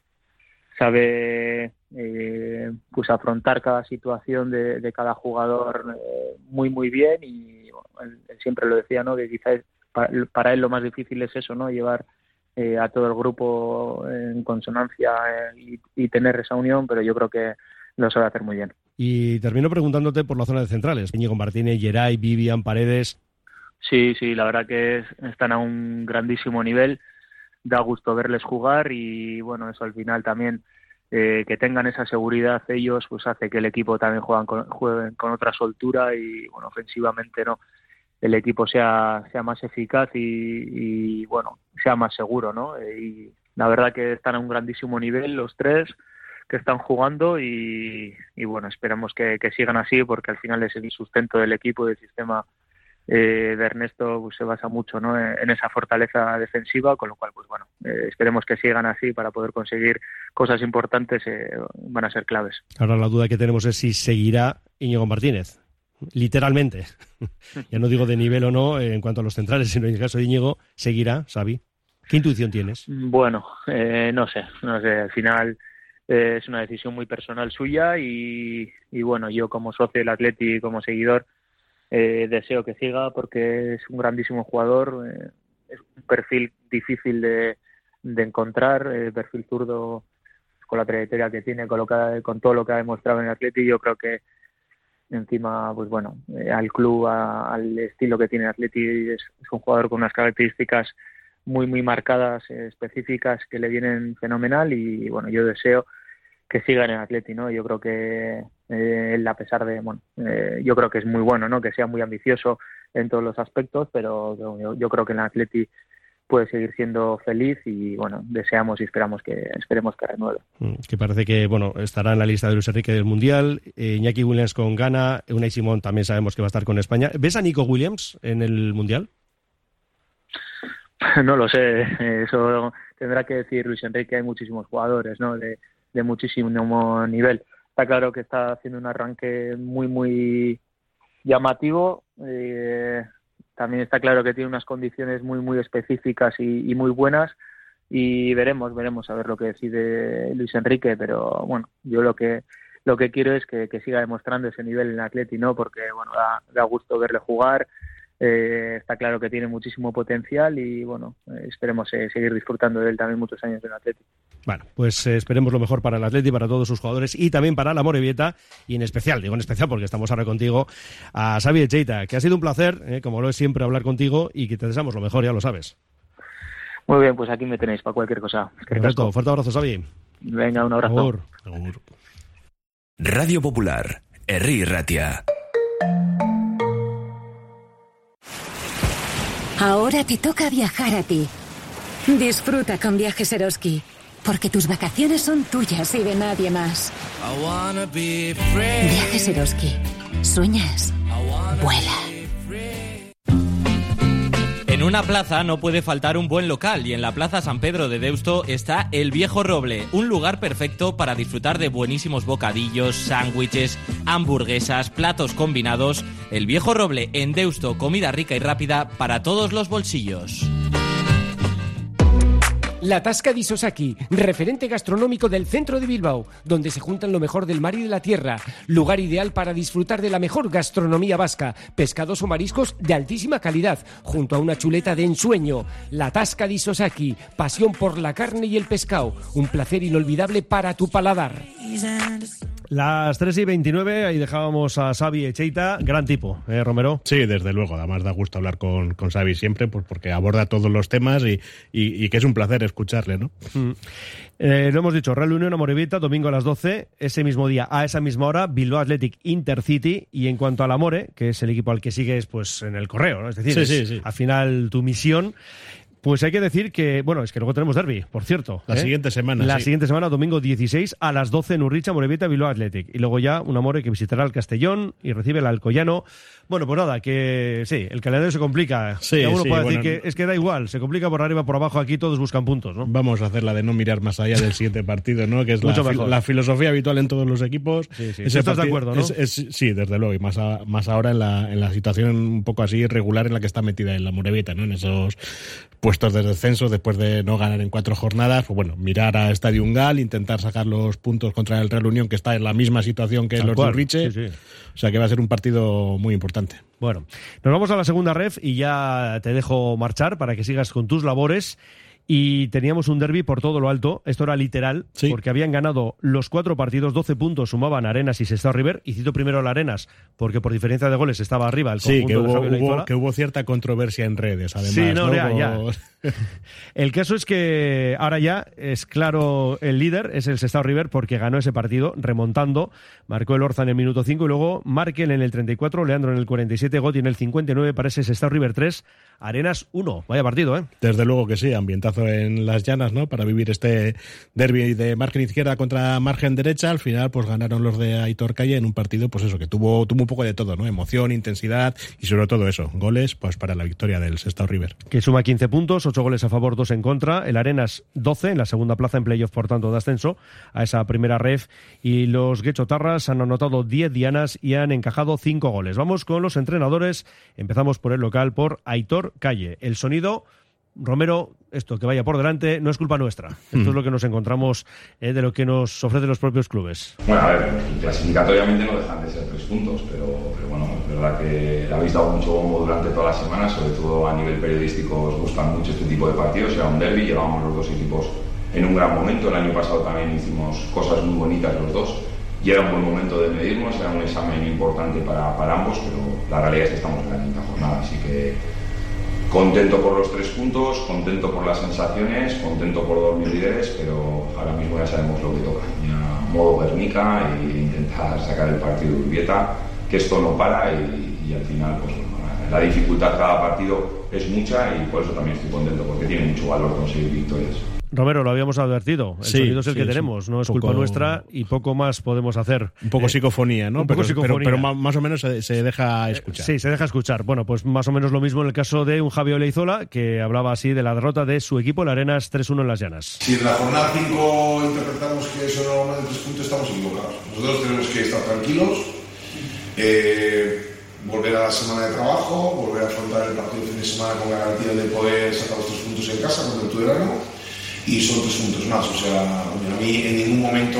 sabe eh, pues afrontar cada situación de, de cada jugador eh, muy muy bien y bueno, él, él siempre lo decía, ¿no? Que quizás para, para él lo más difícil es eso, ¿no? Llevar eh, a todo el grupo en consonancia eh, y, y tener esa unión, pero yo creo que lo sabe hacer muy bien. Y termino preguntándote por la zona de centrales, Íñigo Martínez, Geray, Vivian, Paredes. Sí, sí, la verdad que es, están a un grandísimo nivel, da gusto verles jugar y bueno, eso al final también eh, que tengan esa seguridad ellos, pues hace que el equipo también juegan con, jueguen con otra soltura y bueno, ofensivamente no el equipo sea sea más eficaz y, y bueno, sea más seguro, ¿no? Y la verdad que están a un grandísimo nivel los tres que están jugando y, y bueno, esperamos que, que sigan así porque al final es el sustento del equipo y del sistema Eh, de Ernesto pues, se basa mucho, ¿no? en, en esa fortaleza defensiva, con lo cual pues bueno, eh, esperemos que sigan así para poder conseguir cosas importantes, eh, van a ser claves. Ahora la duda que tenemos es si seguirá Íñigo Martínez, literalmente. Ya no digo de nivel o no eh, en cuanto a los centrales, sino en el caso de Íñigo, ¿seguirá, Xavi? ¿Qué intuición tienes? Bueno, eh, no sé, no sé, al final eh, es una decisión muy personal suya y, y bueno, yo como socio del Atleti y como seguidor Eh, deseo que siga porque es un grandísimo jugador, eh, es un perfil difícil de, de encontrar, eh, perfil zurdo con la trayectoria que tiene, con, lo que, con todo lo que ha demostrado en el Atleti. Yo creo que encima, pues bueno, eh, al club, a, al estilo que tiene el Atleti, es, es un jugador con unas características muy muy marcadas, eh, específicas, que le vienen fenomenal y bueno, yo deseo que siga en el Atleti, ¿no? Yo creo que eh, él, a pesar de, bueno, eh, yo creo que es muy bueno, ¿no? Que sea muy ambicioso en todos los aspectos, pero yo, yo creo que en el Atleti puede seguir siendo feliz y bueno, deseamos y esperamos que esperemos que renueve. Que parece que bueno estará en la lista de Luis Enrique del Mundial, eh, Iñaki Williams con Ghana, Unai Simón también sabemos que va a estar con España. ¿Ves a Nico Williams en el Mundial? No lo sé, eso tendrá que decir Luis Enrique. Hay muchísimos jugadores, ¿no? de, de muchísimo nivel. Está claro que está haciendo un arranque muy muy llamativo. Eh, También está claro que tiene unas condiciones muy muy específicas y, y muy buenas y veremos, veremos a ver lo que decide Luis Enrique, pero bueno, yo lo que lo que quiero es que, que siga demostrando ese nivel en el Atleti, ¿no? Porque bueno, da, da gusto verle jugar, eh, está claro que tiene muchísimo potencial y bueno, eh, esperemos eh, seguir disfrutando de él también muchos años en el Atleti. Bueno, pues eh, esperemos lo mejor para el Atleti, para todos sus jugadores y también para la Amorebieta y en especial, digo en especial porque estamos ahora contigo, a Xavi Echeita, que ha sido un placer, eh, como lo es siempre, hablar contigo y que te deseamos lo mejor, ya lo sabes. Muy bien, pues aquí me tenéis para cualquier cosa. Perfecto, fuerte abrazo, Xavi. Venga, un abrazo. Agur. Agur. Radio Popular, Herri Ratia. Ahora te toca viajar a ti. Disfruta con Viajes Eroski, porque tus vacaciones son tuyas y de nadie más. Viajes Eroski. ¿Sueñas? Vuela. En una plaza no puede faltar un buen local y en la Plaza San Pedro de Deusto está El Viejo Roble, un lugar perfecto para disfrutar de buenísimos bocadillos, sándwiches, hamburguesas, platos combinados. El Viejo Roble en Deusto, comida rica y rápida para todos los bolsillos. La Tasca di Sosaki, referente gastronómico del centro de Bilbao, donde se juntan lo mejor del mar y de la tierra. Lugar ideal para disfrutar de la mejor gastronomía vasca, pescados o mariscos de altísima calidad, junto a una chuleta de ensueño. La Tasca di Sosaki, pasión por la carne y el pescado, un placer inolvidable para tu paladar. Las tres y veintinueve, ahí dejábamos a Xavi Echeita, gran tipo, ¿eh, Romero? Sí, desde luego, además da gusto hablar con, con Xavi siempre, pues porque aborda todos los temas y, y, y que es un placer escucharle, ¿no? Mm. Eh, lo hemos dicho, Real Unión Amorebieta, domingo a las doce, ese mismo día, a esa misma hora, Bilbao Athletic Intercity, y en cuanto al Amore, que es el equipo al que sigues pues en el correo, ¿no? Es decir, sí, es, sí, sí. al final tu misión. Pues hay que decir que, bueno, es que luego tenemos derbi, por cierto. La ¿eh? siguiente semana, La sí. siguiente semana, domingo dieciséis, a las doce en Urricha, Amorebieta, Bilbao Athletic. Y luego ya un Amore que visitará el Castellón y recibe el Alcoyano. Bueno, pues nada, que sí, el calendario se complica. Sí, ya uno sí, puede bueno, decir que es que da igual, se complica por arriba, por abajo, aquí todos buscan puntos, ¿no? Vamos a hacer la de no mirar más allá del siguiente partido, ¿no? Que es Mucho la, mejor. la filosofía habitual en todos los equipos. Sí, sí. Ese ¿Estás de partido- acuerdo, no? es- es- sí, desde luego, y más, a- más ahora en la, en la situación un poco así irregular en la que está metida en la Amorebieta, ¿no? En esos puestos de descenso, después de no ganar en cuatro jornadas, pues bueno, mirar a Estadio Ungal, intentar sacar los puntos contra el Real Unión, que está en la misma situación que Tal los cual, de Urriche. sí, sí. O sea que va a ser un partido muy importante. Bueno, nos vamos a la segunda ref y ya te dejo marchar para que sigas con tus labores. Y teníamos un derbi por todo lo alto, esto era literal, Sí. porque habían ganado los cuatro partidos, doce puntos sumaban Arenas y Sestao River, y cito primero la Arenas, porque por diferencia de goles estaba arriba el Sí, conjunto que de hubo, Javier hubo, Leizola. que hubo cierta controversia en redes, además. Sí, no, ¿no? ya, ya. Por- El caso es que ahora ya es claro el líder, es el Sestao River, porque ganó ese partido remontando, marcó el Orza en el minuto cinco y luego Markel en el treinta y cuatro, Leandro en el cuarenta y siete, Gotti en el cincuenta y nueve para ese Sestao River tres, Arenas uno. Vaya partido, ¿eh? Desde luego que sí, ambientazo en las llanas, ¿no? Para vivir este derbi de margen izquierda contra margen derecha. Al final, pues ganaron los de Aitor Calle en un partido, pues eso, que tuvo, tuvo un poco de todo, ¿no? Emoción, intensidad y sobre todo eso, goles, pues para la victoria del Sestao River. Que suma quince puntos, ocho goles a favor, dos en contra. El Arenas doce, en la segunda plaza en playoff, por tanto, de ascenso a esa primera ref. Y los Guechotarras han anotado diez dianas y han encajado cinco goles. Vamos con los entrenadores. Empezamos por el local, por Aitor Calle. El sonido, Romero, esto que vaya por delante, no es culpa nuestra. Esto Mm. es lo que nos encontramos eh, de lo que nos ofrecen los propios clubes. Bueno, a ver, clasificatoriamente no dejan de ser tres puntos, pero, pero bueno, es verdad que le habéis dado mucho bombo durante toda la semana, sobre todo a nivel periodístico os gustan mucho este tipo de partidos, era un derbi, llevábamos los dos equipos en un gran momento, el año pasado también hicimos cosas muy bonitas los dos, y era un buen momento de medirnos, era un examen importante para, para ambos, pero la realidad es que estamos en la quinta jornada, así que contento por los tres puntos, contento por las sensaciones, contento por dormir líderes, pero ahora mismo ya sabemos lo que toca. Ya modo Guernica e intentar sacar el partido de Urbieta, que esto no para y, y al final, pues bueno, la dificultad cada partido es mucha y por eso también estoy contento, porque tiene mucho valor conseguir victorias. Romero, lo habíamos advertido. El sí, sonido es el sí, que tenemos, sí. no es Poco... culpa nuestra y poco más podemos hacer. Un poco eh, psicofonía, ¿no? Un pero, poco psicofonía. Pero, pero más o menos se, se deja escuchar. Sí, se deja escuchar. Bueno, pues más o menos lo mismo en el caso de un Javi Oleizola, que hablaba así de la derrota de su equipo, el Arenas tres uno en Las Llanas. Si en la jornada cinco interpretamos que eso no va de tres puntos, estamos equivocados. Nosotros tenemos que estar tranquilos, eh, volver a la semana de trabajo, volver a afrontar el partido de fin de semana con garantía de poder sacar los tres puntos en casa contra el Tudelano. Y son tres puntos más, o sea, a mí en ningún momento,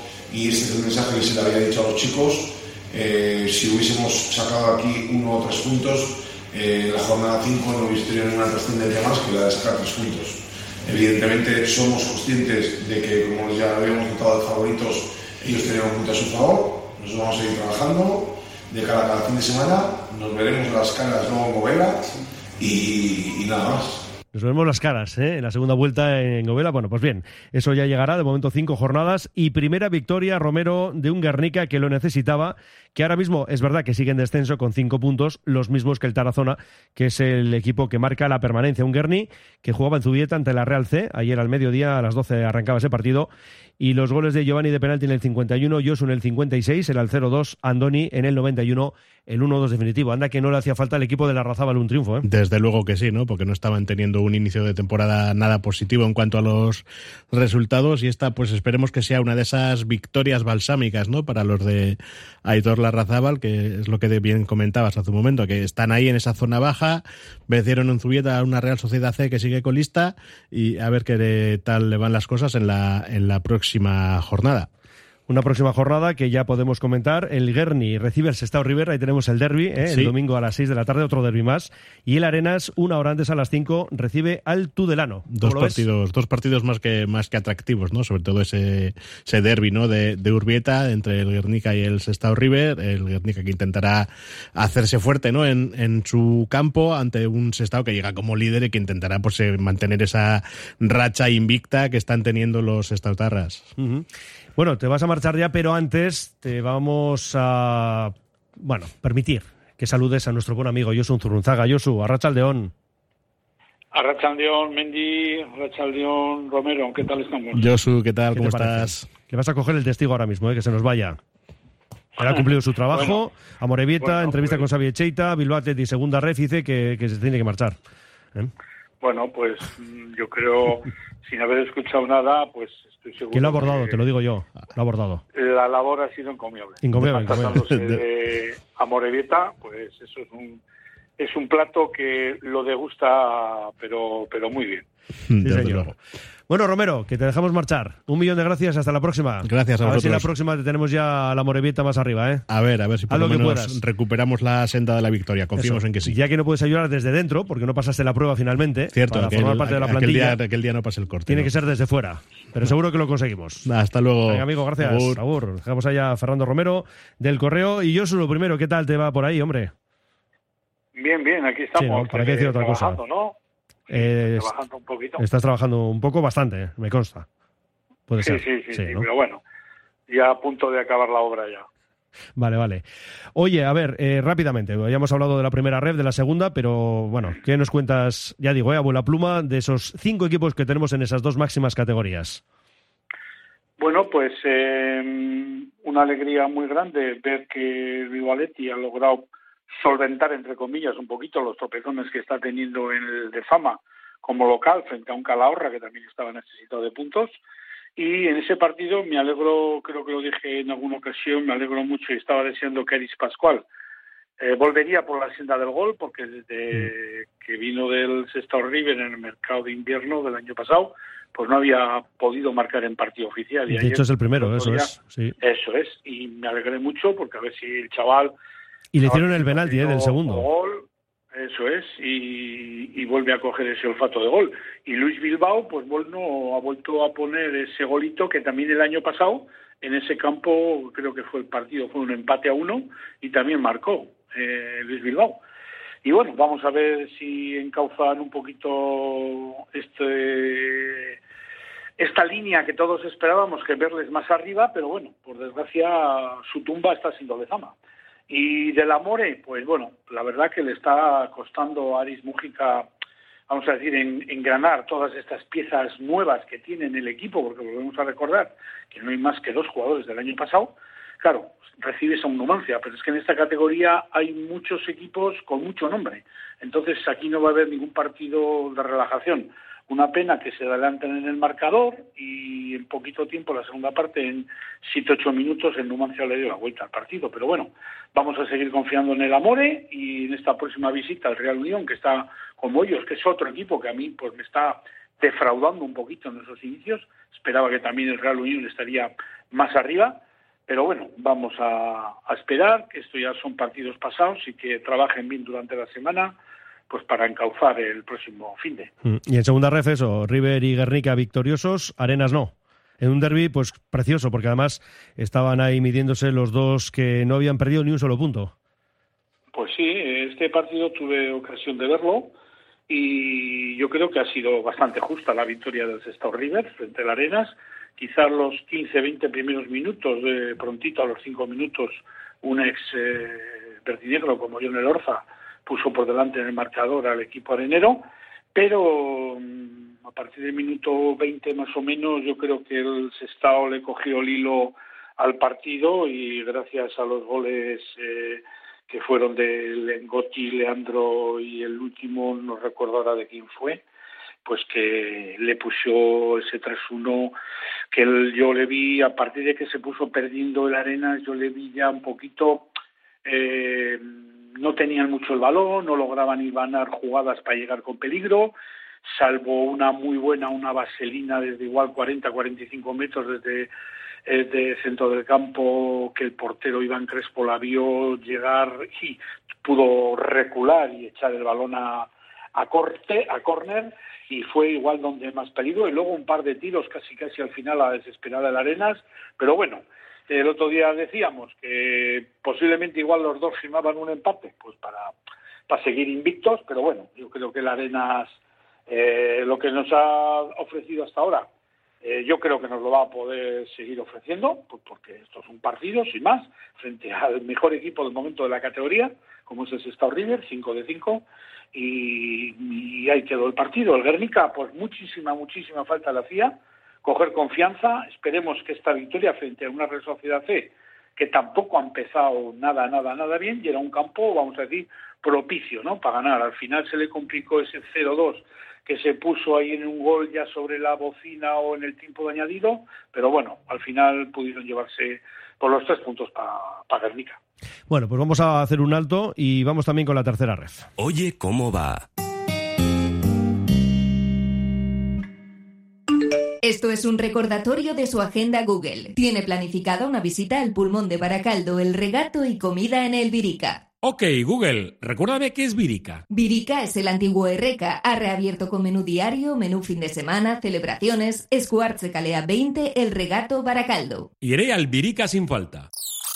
y este es el mensaje que se le había dicho a los chicos, eh, si hubiésemos sacado aquí uno o tres puntos, eh, en la jornada cinco no hubiese tenido ninguna trascendencia más que la de sacar tres puntos. Evidentemente somos conscientes de que, como ya habíamos notado de favoritos, ellos tenían un punto a su favor, nos vamos a ir trabajando de cara a cada fin de semana, nos veremos las caras luego en Govela y, y nada más. Nos vemos las caras, ¿eh? En la segunda vuelta en Govela. Bueno, pues bien, eso ya llegará. De momento cinco jornadas y primera victoria, Romero, de un Guernica que lo necesitaba, que ahora mismo es verdad que sigue en descenso con cinco puntos, los mismos que el Tarazona, que es el equipo que marca la permanencia. Un Guerni que jugaba en Zubieta ante la Real C. Ayer al mediodía, a las doce, arrancaba ese partido. Y los goles de Giovanni de penalti en el cincuenta y uno, Josu en el cincuenta y seis, era el cero dos, Andoni en el noventa y uno, el uno dos definitivo. Anda que no le hacía falta al equipo de la Larrazábal un triunfo, ¿eh? Desde luego que sí, ¿no? Porque no estaban teniendo un inicio de temporada nada positivo en cuanto a los resultados y esta, pues esperemos que sea una de esas victorias balsámicas, ¿no? Para los de Aitor Larrazábal, que es lo que bien comentabas hace un momento, que están ahí en esa zona baja, vencieron en Zubieta a una Real Sociedad C que sigue colista y a ver qué tal le van las cosas en la, en la próxima jornada. Una próxima jornada que ya podemos comentar. El Guerni recibe el Sestao River, ahí tenemos el derbi, ¿eh? Sí. El domingo a las seis de la tarde, otro derbi más. Y el Arenas, una hora antes a las cinco, recibe al Tudelano. Dos partidos, dos partidos más que más que atractivos, ¿no? Sobre todo ese, ese derbi, ¿no? De, de Urbieta entre el Guernica y el Sestao River. El Guernica que intentará hacerse fuerte, ¿no? En, en su campo ante un Sestao que llega como líder y que intentará pues mantener esa racha invicta que están teniendo los Sestautarras. Uh-huh. Bueno, te vas a marchar ya, pero antes te vamos a, bueno, permitir que saludes a nuestro buen amigo Josu Zurrunzaga. Josu, arratsaldeon. Arratsaldeon, Mendy, arratsaldeon, Romero, ¿qué tal estamos? Josu, ¿qué tal? ¿Qué ¿Cómo estás? Le vas a coger el testigo ahora mismo, ¿eh? Que se nos vaya. Él ha cumplido su trabajo, bueno, Amorebieta, bueno, entrevista pues, con Xavi Echeita, Bilbao Athletic, segunda ref, dice que, que se tiene que marchar. ¿Eh? Bueno, pues yo creo, sin haber escuchado nada, pues estoy seguro. ¿Quién lo ha abordado? Te lo digo yo, lo ha abordado. La labor ha sido encomiable. Encomiable, Tratándose de Amorebieta, pues eso es un es un plato que lo degusta, pero pero muy bien. Sí, señor. Bueno, Romero, que te dejamos marchar. Un millón de gracias, hasta la próxima. Gracias a, a vosotros. A ver si la próxima te tenemos ya a la Amorebieta más arriba, ¿eh? A ver, a ver si por Haz lo lo menos puedas. recuperamos la senda de la victoria. Confiemos Eso. en que sí. Ya que no puedes ayudar desde dentro, porque no pasaste la prueba finalmente, Cierto, para aquel, formar parte de la plantilla, aquel día, aquel día no pasa el corte. Tiene ¿no? que ser desde fuera, pero seguro que lo conseguimos. Hasta luego. Venga, amigo, gracias. Agur. Agur. Dejamos allá a Fernando Romero del Correo. Y yo, lo primero, ¿qué tal te va por ahí, hombre? Bien, bien, aquí estamos. Sí, ¿no? ¿Para qué decir otra cosa? ¿No? Eh, trabajando un poquito. Estás trabajando un poco, bastante, me consta. Puede sí, ser. Sí, sí, sí, ¿no? Pero bueno, ya a punto de acabar la obra ya. Vale, vale. Oye, a ver, eh, rápidamente, ya hemos hablado de la primera ref, de la segunda, pero bueno, ¿qué nos cuentas, ya digo, eh, abuela pluma, de esos cinco equipos que tenemos en esas dos máximas categorías? Bueno, pues eh, una alegría muy grande ver que el Bilbao Athletic ha logrado solventar, entre comillas, un poquito los tropezones que está teniendo en el de Fama como local frente a un Calahorra que también estaba necesitado de puntos. Y en ese partido me alegro, creo que lo dije en alguna ocasión, me alegro mucho y estaba deseando que Eris Pascual eh, volvería por la senda del gol, porque desde que vino del Sestao River en el mercado de invierno del año pasado, pues no había podido marcar en partido oficial. Y de hecho es el primero, eso podía, es. Sí. Eso es, y me alegré mucho porque a ver si el chaval... Y le hicieron el penalti eh, del segundo. Gol, eso es, y, y vuelve a coger ese olfato de gol. Y Luis Bilbao, pues bueno, ha vuelto a poner ese golito que también el año pasado, en ese campo, creo que fue el partido, fue un empate a uno, y también marcó eh, Luis Bilbao. Y bueno, vamos a ver si encauzan un poquito este esta línea que todos esperábamos que verles más arriba, pero bueno, por desgracia su tumba está siendo de Fama. Y del Amore, pues bueno, la verdad que le está costando a Aris Mújica, vamos a decir, en, engranar todas estas piezas nuevas que tiene en el equipo, porque volvemos a recordar que no hay más que dos jugadores del año pasado. Claro, recibes a un Numancia, pero es que en esta categoría hay muchos equipos con mucho nombre. Entonces aquí no va a haber ningún partido de relajación. Una pena que se adelanten en el marcador y en poquito tiempo, la segunda parte, en siete ocho minutos, el Numancia le dio la vuelta al partido. Pero bueno, vamos a seguir confiando en el Amore y en esta próxima visita al Real Unión, que está como ellos, que es otro equipo que a mí pues me está defraudando un poquito en esos inicios. Esperaba que también el Real Unión estaría más arriba. Pero bueno, vamos a, a esperar, que esto ya son partidos pasados y que trabajen bien durante la semana, pues para encauzar el próximo finde. Y en segunda ref eso, River y Guernica victoriosos, Arenas no. En un derbi pues precioso, porque además estaban ahí midiéndose los dos que no habían perdido ni un solo punto. Pues sí, este partido tuve ocasión de verlo y yo creo que ha sido bastante justa la victoria del Sestao River frente al Arenas. Quizás los quince veinte primeros minutos, de prontito a los cinco minutos, un ex eh, verdinegro como Jonel Orza puso por delante en el marcador al equipo arenero, pero a partir del minuto veinte más o menos yo creo que el Sestao le cogió el hilo al partido y gracias a los goles eh, que fueron de Lengoti, Leandro y el último, no recuerdo ahora de quién fue, pues que le puso ese tres uno que el, yo le vi, a partir de que se puso perdiendo el Arenas, yo le vi ya un poquito... Eh, no tenían mucho el balón, no lograban hilvanar jugadas para llegar con peligro, salvo una muy buena, una vaselina desde igual cuarenta a cuarenta y cinco metros desde el centro del campo, que el portero Iván Crespo la vio llegar y pudo recular y echar el balón a, a corte, a córner, y fue igual donde más peligro, y luego un par de tiros casi casi al final a la desesperada del Arenas, pero bueno. El otro día decíamos que posiblemente igual los dos firmaban un empate, pues para, para seguir invictos, pero bueno, yo creo que el Arenas, eh, lo que nos ha ofrecido hasta ahora, eh, yo creo que nos lo va a poder seguir ofreciendo, pues porque esto es un partido, sin más, frente al mejor equipo del momento de la categoría, como es el Sestao River, cinco de cinco, y, y ahí quedó el partido. El Guernica, pues muchísima, muchísima falta le hacía, coger confianza. Esperemos que esta victoria frente a una Real Sociedad C, que tampoco ha empezado nada, nada, nada bien, y era un campo, vamos a decir, propicio, ¿no?, para ganar. Al final se le complicó ese cero dos que se puso ahí en un gol ya sobre la bocina o en el tiempo de añadido, pero bueno, al final pudieron llevarse por los tres puntos para pa Guernica. Bueno, pues vamos a hacer un alto y vamos también con la tercera ref. Oye, ¿cómo va? Esto es un recordatorio de su agenda Google. Tiene planificada una visita al Pulmón de Baracaldo, el regato y comida en el Virica. Ok, Google, recuérdame qué es Virica. Virica es el antiguo Erreca. Ha reabierto con menú diario, menú fin de semana, celebraciones. Escuartze Calea veinte, el regato Baracaldo. Iré al Virica sin falta.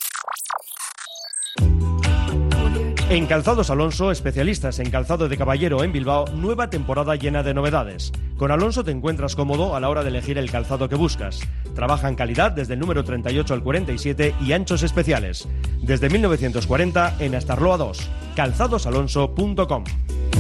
En Calzados Alonso, especialistas en calzado de caballero en Bilbao, nueva temporada llena de novedades. Con Alonso te encuentras cómodo a la hora de elegir el calzado que buscas. Trabaja en calidad desde el número treinta y ocho al cuarenta y siete y anchos especiales. Desde mil novecientos cuarenta en Astarloa dos. calzados alonso punto com.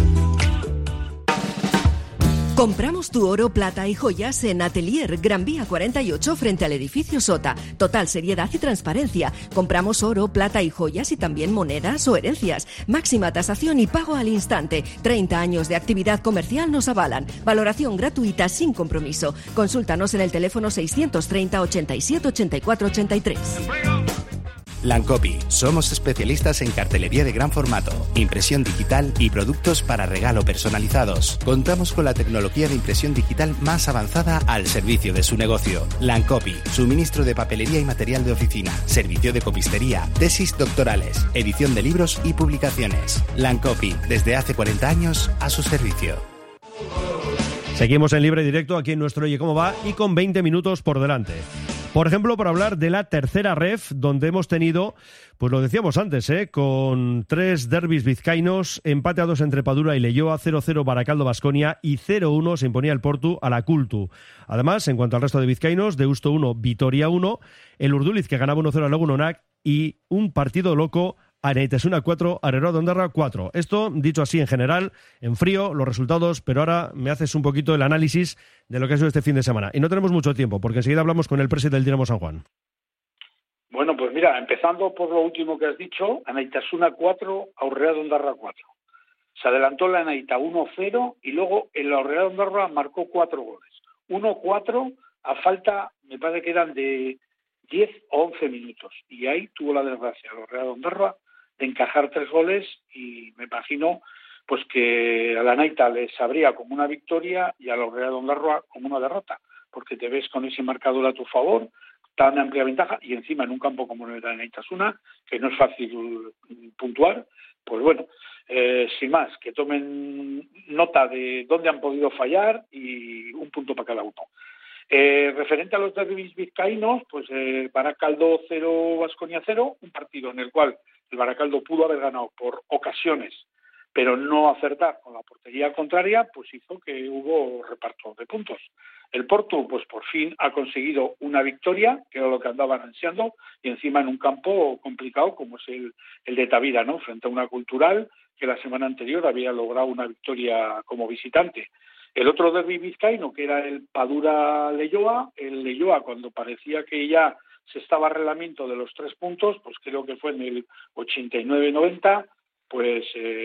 Compramos tu oro, plata y joyas en Atelier Gran Vía cuarenta y ocho frente al edificio Sota. Total seriedad y transparencia. Compramos oro, plata y joyas y también monedas o herencias. Máxima tasación y pago al instante. treinta años de actividad comercial nos avalan. Valoración gratuita sin compromiso. Consúltanos en el teléfono seiscientos treinta, ochenta y siete, ochenta y cuatro, ochenta y tres. Lancopy. Somos especialistas en cartelería de gran formato, impresión digital y productos para regalo personalizados. Contamos con la tecnología de impresión digital más avanzada al servicio de su negocio. Lancopy. Suministro de papelería y material de oficina, servicio de copistería, tesis doctorales, edición de libros y publicaciones. Lancopy. Desde hace cuarenta años a su servicio. Seguimos en libre directo aquí en nuestro Oye Cómo Va y con veinte minutos por delante. Por ejemplo, para hablar de la tercera ref, donde hemos tenido, pues lo decíamos antes, ¿eh? con tres derbis vizcaínos, empate a dos entre Padura y Leioa, cero cero Baracaldo Baskonia y cero uno se imponía el Portu a la Cultu. Además, en cuanto al resto de vizcaínos, Deusto uno, Vitoria uno, el Urduliz que ganaba uno cero al Lagunonac y un partido loco Anaitasuna cuatro, Arero de Ondarroa cuatro. Esto, dicho así en general, en frío, los resultados, pero ahora me haces un poquito el análisis de lo que ha sido este fin de semana. Y no tenemos mucho tiempo, porque enseguida hablamos con el presidente del Dinamo San Juan. Bueno, pues mira, empezando por lo último que has dicho, Anaitasuna cuatro, Aurrea de Ondarroa cuatro. Se adelantó la Anaita uno cero y luego el Aurrea de Ondarroa marcó cuatro goles. uno cuatro a falta, me parece que eran de diez o once minutos. Y ahí tuvo la desgracia el Aurrea de Ondarroa de encajar tres goles y me imagino pues que a la Anaita les sabría como una victoria y a la Aurrea de Ondarroa como una derrota, porque te ves con ese marcador a tu favor, tan amplia ventaja, y encima en un campo como el de Anaitasuna, que no es fácil puntuar, pues bueno, eh, sin más, que tomen nota de dónde han podido fallar y un punto para cada uno. Eh, referente a los derbis vizcaínos, pues eh, Baracaldo cero, Baskonia cero, un partido en el cual el Baracaldo pudo haber ganado por ocasiones, pero no acertar con la portería contraria, pues hizo que hubo reparto de puntos. El Porto, pues por fin ha conseguido una victoria, que era lo que andaban ansiando, y encima en un campo complicado como es el, el de Tavira, ¿no? Frente a una Cultural que la semana anterior había logrado una victoria como visitante. El otro derbi vizcaíno, que era el Padura-Leioa, el Leioa, cuando parecía que ya se estaba relamiendo de los tres puntos, pues creo que fue en el ochenta y nueve noventa, pues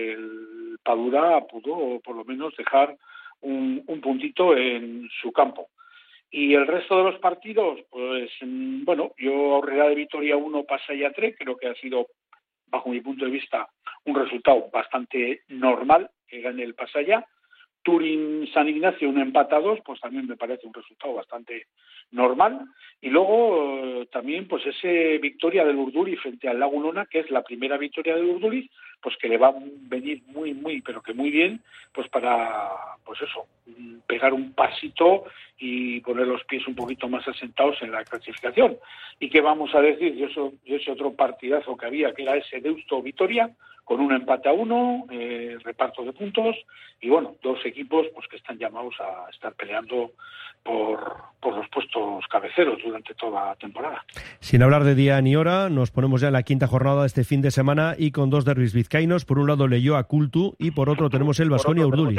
el Padura pudo por lo menos dejar un, un puntito en su campo. Y el resto de los partidos, pues bueno, yo Aurrera de Vitoria uno, Pasaya tres, creo que ha sido, bajo mi punto de vista, un resultado bastante normal que gane el Pasaya. Turín San Ignacio, un empate a dos, pues también me parece un resultado bastante normal. Y luego eh, también pues ese victoria del Urduri frente al Lagunona, que es la primera victoria del Urduri, pues que le va a venir muy, muy, pero que muy bien, pues para, pues eso, pegar un pasito y poner los pies un poquito más asentados en la clasificación. ¿Y qué vamos a decir? Yo eso, yo ese otro partidazo que había, que era ese Deusto-Vitoria, con un empate a uno, eh, reparto de puntos, y bueno, dos equipos pues que están llamados a estar peleando por, por los puestos cabeceros durante toda la temporada. Sin hablar de día ni hora, nos ponemos ya en la quinta jornada de este fin de semana y con dos derbis vizcaínos. Por un lado Leioa Cultu y por otro tenemos el Baskonia Urduliz.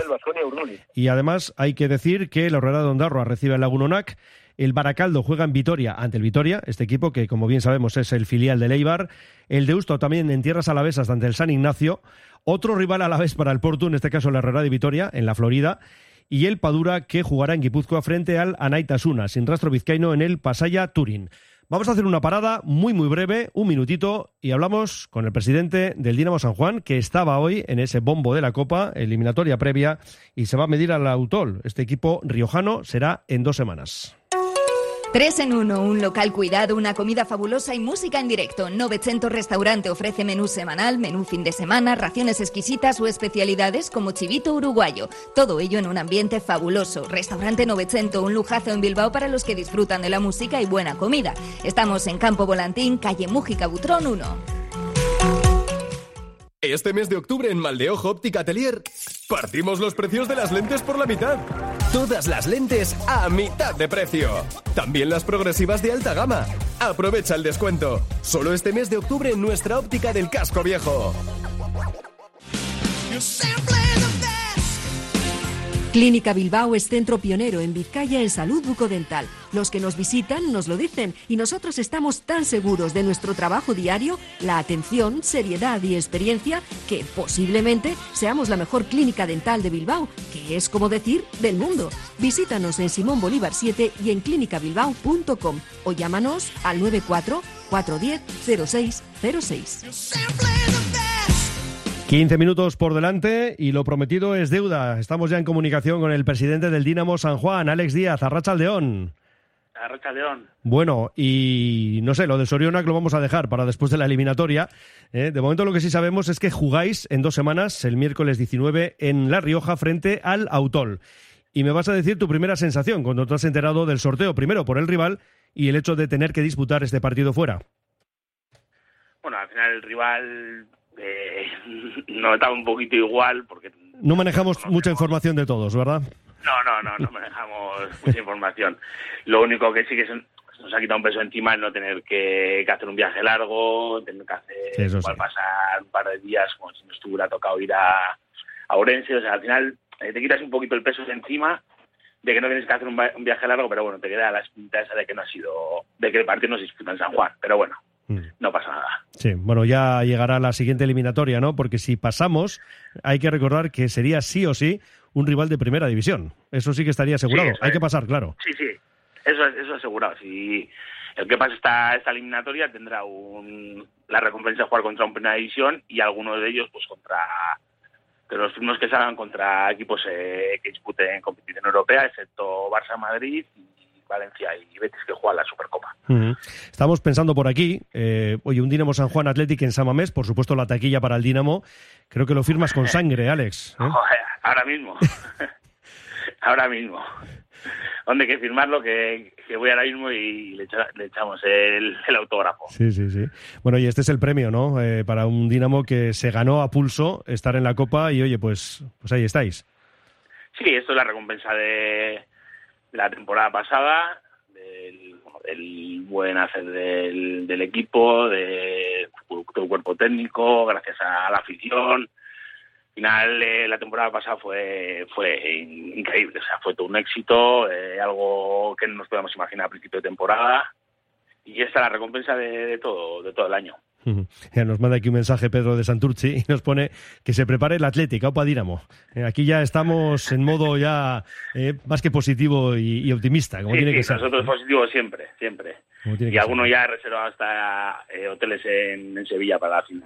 Y además hay que decir que la Aurrera de Ondarroa recibe al Lagunonac. El Baracaldo juega en Vitoria ante el Vitoria, este equipo que, como bien sabemos, es el filial del Eibar. El Deusto también en tierras alavesas ante el San Ignacio. Otro rival alavés para el Porto, en este caso la Herrera de Vitoria, en la Florida. Y el Padura, que jugará en Guipúzcoa frente al Anaitasuna, sin rastro vizcaíno, en el Pasaya Turín. Vamos a hacer una parada muy, muy breve, un minutito, y hablamos con el presidente del Dinamo San Juan, que estaba hoy en ese bombo de la Copa, eliminatoria previa, y se va a medir al Autol. Este equipo riojano será en dos semanas. Tres en uno, un local cuidado, una comida fabulosa y música en directo. Novecento Restaurante ofrece menú semanal, menú fin de semana, raciones exquisitas o especialidades como chivito uruguayo. Todo ello en un ambiente fabuloso. Restaurante Novecento, un lujazo en Bilbao para los que disfrutan de la música y buena comida. Estamos en Campo Volantín, calle Mújica Butrón uno. Este mes de octubre en Maldeojo Óptica Atelier partimos los precios de las lentes por la mitad. Todas las lentes a mitad de precio. También las progresivas de alta gama. Aprovecha el descuento. Solo este mes de octubre en nuestra óptica del Casco Viejo. Clínica Bilbao es centro pionero en Vizcaya en salud bucodental. Los que nos visitan nos lo dicen y nosotros estamos tan seguros de nuestro trabajo diario, la atención, seriedad y experiencia, que posiblemente seamos la mejor clínica dental de Bilbao, que es como decir del mundo. Visítanos en Simón Bolívar siete y en clínica bilbao punto com o llámanos al nueve cuatro cuatro uno cero cero seis cero seis. quince minutos por delante y lo prometido es deuda. Estamos ya en comunicación con el presidente del Dinamo San Juan, Alex Díaz. Arratsaldeón. Arratsaldeón. Bueno, y no sé, lo de Sorionak lo vamos a dejar para después de la eliminatoria. ¿eh? De momento lo que sí sabemos es que jugáis en dos semanas, el miércoles diecinueve, en La Rioja frente al Autol. Y me vas a decir tu primera sensación cuando te has enterado del sorteo, primero por el rival y el hecho de tener que disputar este partido fuera. Bueno, al final el rival... Eh, no estaba un poquito igual porque no manejamos mucha información de todos, ¿verdad? No, no, no, no manejamos mucha información. Lo único que sí que se nos ha quitado un peso encima el no tener que, que hacer un viaje largo, tener que hacer sí, igual sí. pasar un par de días como si nos estuviera tocado ir a, a Ourense. O sea, al final eh, te quitas un poquito el peso de encima de que no tienes que hacer un, un viaje largo, pero bueno, te queda la espinita esa de que no ha sido, de que el partido no se disputa en San Juan, pero bueno, mm. no pasa nada. Sí, bueno, ya llegará la siguiente eliminatoria, ¿no? Porque si pasamos, hay que recordar que sería sí o sí un rival de primera división. Eso sí que estaría asegurado. Sí, hay es. que pasar, claro. Sí, sí, eso es eso asegurado. Si el que pase esta, esta eliminatoria tendrá un, la recompensa de jugar contra un primera división y algunos de ellos pues contra... de los primeros que salgan contra equipos eh, que disputen competición europea, excepto Barça, Madrid, y Valencia y Betis, que juegan la Supercopa. Uh-huh. Estamos pensando por aquí, eh, oye, un Dinamo San Juan Athletic en San Mamés, por supuesto la taquilla para el Dinamo, creo que lo firmas con sangre, Alex. ¿eh? Joder, ahora mismo, ahora mismo. Donde hay que firmarlo, que, que voy ahora mismo y le, echa, le echamos el, el autógrafo. Sí, sí, sí. Bueno, y este es el premio, ¿no? Eh, para un Dinamo que se ganó a pulso estar en la Copa y, oye, pues, pues ahí estáis. Sí, esto es la recompensa de la temporada pasada, del, del buen hacer del, del equipo, de todo el cuerpo técnico, gracias a la afición. Al final, eh, la temporada pasada fue fue increíble, o sea, fue todo un éxito, eh, algo que no nos podíamos imaginar a principio de temporada, y esta es la recompensa de, de todo de todo el año. Uh-huh. Ya nos manda aquí un mensaje Pedro de Santurci y nos pone que se prepare el Athletic, Aupa Dinamo. Eh, aquí ya estamos en modo ya eh, más que positivo y, y optimista, como sí, tiene sí, que ser. Nosotros positivo siempre, siempre. Y algunos ya reservado hasta eh, hoteles en, en Sevilla para la final.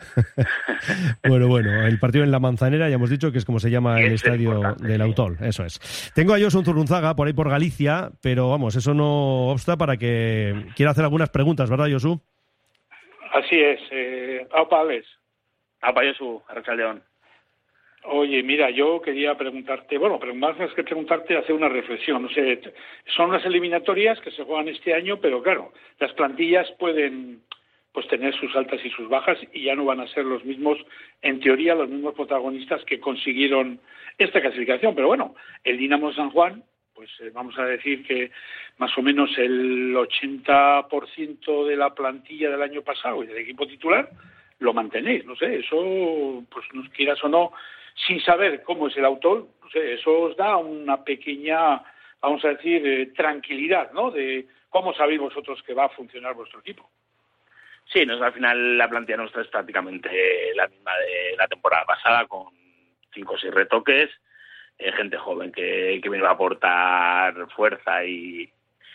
Bueno, bueno, el partido en La Manzanera, ya hemos dicho que es como se llama el estadio del Autol, eso es. Tengo a Josu Zurunzaga por ahí por Galicia, pero vamos, eso no obsta para que quiera hacer algunas preguntas, ¿verdad, Josu? Así es. Eh, Aupa, Alex. Aupa, Josu, Arratsaldeon. Oye, mira, yo quería preguntarte, bueno, pero más que preguntarte, hacer una reflexión. No sé, son unas eliminatorias que se juegan este año, pero claro, las plantillas pueden pues tener sus altas y sus bajas y ya no van a ser los mismos, en teoría, los mismos protagonistas que consiguieron esta clasificación. Pero bueno, el Dinamo San Juan, pues eh, vamos a decir que más o menos el ochenta por ciento de la plantilla del año pasado y del equipo titular lo mantenéis. No sé, eso, pues nos quieras o no, sin saber cómo es el autor, no sé, eso os da una pequeña, vamos a decir, eh, tranquilidad, ¿no? De cómo sabéis vosotros que va a funcionar vuestro equipo. Sí, nos, al final la plantilla nuestra es prácticamente la misma de la temporada pasada, con cinco o seis retoques, eh, gente joven que, que viene a aportar fuerza y,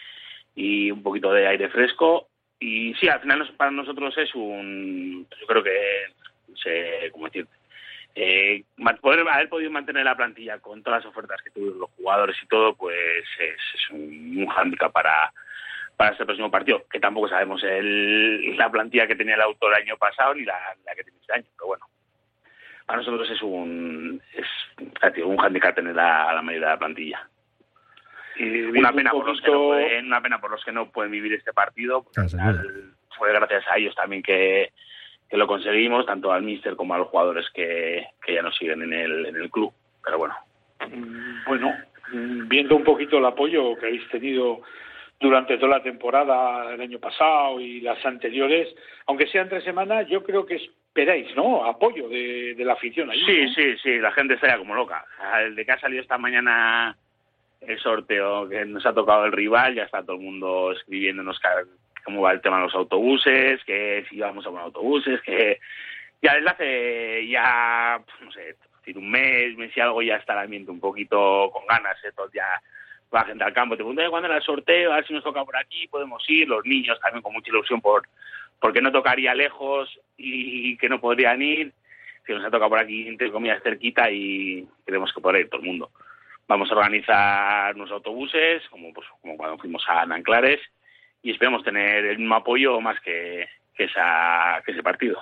y un poquito de aire fresco. Y sí, al final nos, para nosotros es un, yo creo que, no sé cómo decir, eh, poder haber podido mantener la plantilla con todas las ofertas que tuvieron los jugadores y todo, pues es, es un, un hándicap para para este próximo partido, que tampoco sabemos el, la plantilla que tenía el autor el año pasado ni la, la que tiene este año, pero bueno, para nosotros es un es un hándicap tener la, la mayoría de la plantilla. Y una pena un por los que no pueden, una pena por los que no pueden vivir este partido, porque al final fue gracias a ellos también que, que lo conseguimos, tanto al míster como a los jugadores que, que ya nos siguen en el, en el club, pero bueno. Bueno, viendo un poquito el apoyo que habéis tenido durante toda la temporada el año pasado y las anteriores, aunque sean tres semanas, yo creo que esperáis, ¿no? Apoyo de, de la afición ahí. Sí, ¿no? sí, sí, la gente está ya como loca. El de que ha salido esta mañana el sorteo que nos ha tocado el rival, ya está todo el mundo escribiéndonos cómo va el tema de los autobuses, que si vamos a poner autobuses, que ya desde hace ya, no sé, decir un mes, mes y algo, ya está el ambiente un poquito con ganas, ¿eh? Todo ya va gente al campo, te preguntan cuándo era el sorteo, a ver si nos toca por aquí, podemos ir, los niños también con mucha ilusión por porque no tocaría lejos y que no podrían ir, que nos ha tocado por aquí, entre comillas, cerquita y queremos que podrá ir todo el mundo. Vamos a organizar unos autobuses, como pues como cuando fuimos a Nanclares, y esperamos tener el mismo apoyo más que, que, esa, que ese partido.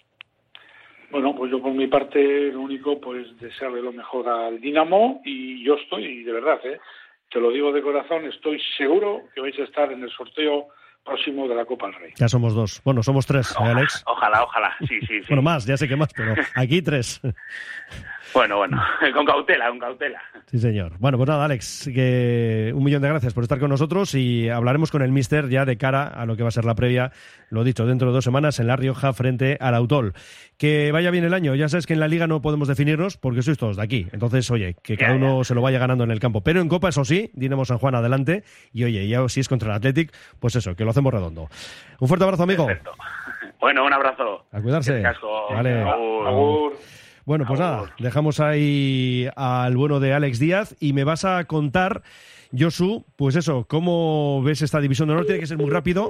Bueno, pues yo por mi parte, lo único, pues desearle lo mejor al Dinamo, y yo estoy, de verdad, ¿eh? Te lo digo de corazón, estoy seguro que vais a estar en el sorteo próximo de la Copa del Rey. Ya somos dos. Bueno, somos tres, ojalá, ¿eh, Alex? Ojalá, ojalá, sí, sí, sí. Bueno, más, ya sé que más, pero aquí tres. Bueno, bueno, con cautela, con cautela. Sí, señor. Bueno, pues nada, Alex, que un millón de gracias por estar con nosotros y hablaremos con el míster ya de cara a lo que va a ser la previa, lo dicho, dentro de dos semanas en La Rioja frente al Autol. Que vaya bien el año. Ya sabes que en la Liga no podemos definirnos porque sois todos de aquí. Entonces, oye, que cada uno se lo vaya ganando en el campo. Pero en Copa, eso sí, Dinamo San Juan adelante. Y oye, ya si es contra el Athletic, pues eso, que lo hacemos redondo. Un fuerte abrazo, amigo. Perfecto. Bueno, un abrazo. A cuidarse. Casco. Vale. Agur. Agur. Bueno, pues nada, dejamos ahí al bueno de Alex Díaz y me vas a contar, Josu, pues eso, ¿cómo ves esta división de honor? Tiene que ser muy rápido.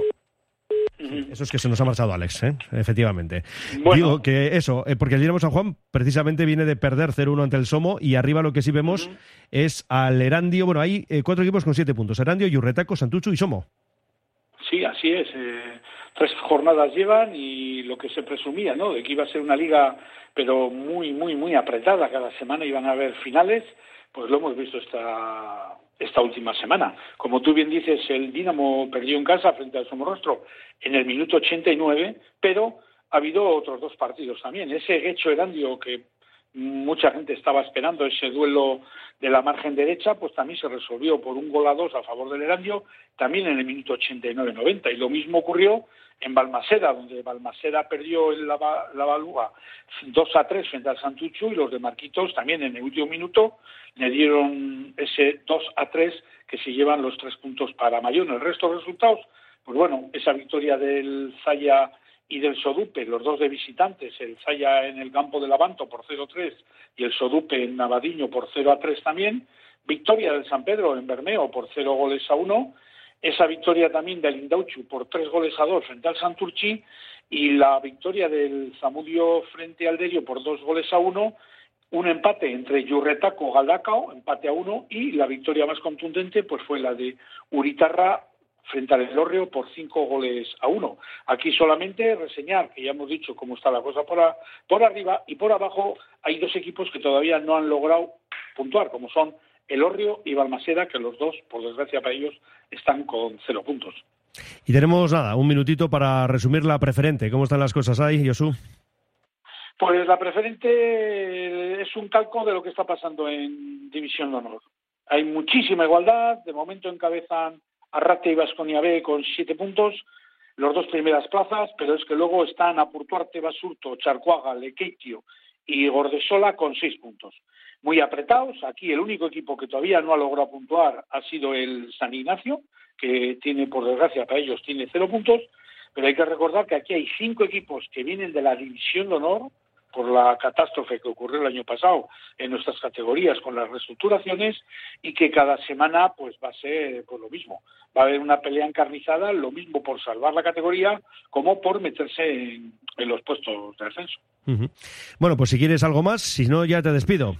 Eso es que se nos ha marchado Alex, ¿eh? Efectivamente. Bueno. Digo que eso, eh, porque el Dinamo San Juan precisamente viene de perder cero uno ante el Somo y arriba lo que sí vemos uh-huh. es al Erandio. Bueno, hay eh, cuatro equipos con siete puntos. Erandio, Yurretaco, Santuchu y Somo. Sí, así es. Eh, tres jornadas llevan y lo que se presumía, ¿no? De que iba a ser una liga pero muy, muy, muy apretada. Cada semana iban a haber finales, pues lo hemos visto esta, esta última semana. Como tú bien dices, el Dinamo perdió en casa frente al Somorrostro en el minuto ochenta y nueve, pero ha habido otros dos partidos también. Ese Guecho Erandio que mucha gente estaba esperando, ese duelo de la margen derecha, pues también se resolvió por un gol a dos a favor del Erandio, también en el minuto ochenta y nueve noventa. Y lo mismo ocurrió en Balmaseda, donde Balmaseda perdió en la, la Balúa dos a tres frente al Santuchu, y los de Marquitos también en el último minuto le dieron ese dos a tres que se llevan los tres puntos para Mayón. El resto de resultados, pues bueno, esa victoria del Zaya y del Sodupe, los dos de visitantes, el Zaya en el campo del Abanto por cero a tres y el Sodupe en Navadiño por cero a tres también, victoria del San Pedro en Bermeo por cero goles a uno, esa victoria también del Indauchu por tres goles a dos frente al Santurchi, y la victoria del Zamudio frente al Derio por dos goles a uno, un empate entre Yurretaco Galdacao, empate a uno, y la victoria más contundente pues fue la de Uritarra frente al Elorrio por cinco goles a uno. Aquí solamente reseñar, que ya hemos dicho cómo está la cosa por, a, por arriba, y por abajo hay dos equipos que todavía no han logrado puntuar, como son Elorrio y Balmaseda, que los dos, por desgracia para ellos, están con cero puntos. Y tenemos, nada, un minutito para resumir la preferente. ¿Cómo están las cosas ahí, Josu? Pues la preferente es un calco de lo que está pasando en División de Honor. Hay muchísima igualdad, de momento encabezan Arrate y Baskonia B con siete puntos, los dos primeras plazas, pero es que luego están Apurtuarte, Basurto, Charcuaga, Lequeitio y Gordesola con seis puntos. Muy apretados. Aquí el único equipo que todavía no ha logrado puntuar ha sido el San Ignacio, que tiene, por desgracia para ellos, tiene cero puntos, pero hay que recordar que aquí hay cinco equipos que vienen de la División de Honor por la catástrofe que ocurrió el año pasado en nuestras categorías con las reestructuraciones, y que cada semana pues va a ser pues lo mismo. Va a haber una pelea encarnizada, lo mismo por salvar la categoría como por meterse en, en los puestos de ascenso. Uh-huh. Bueno, pues si quieres algo más, si no ya te despido.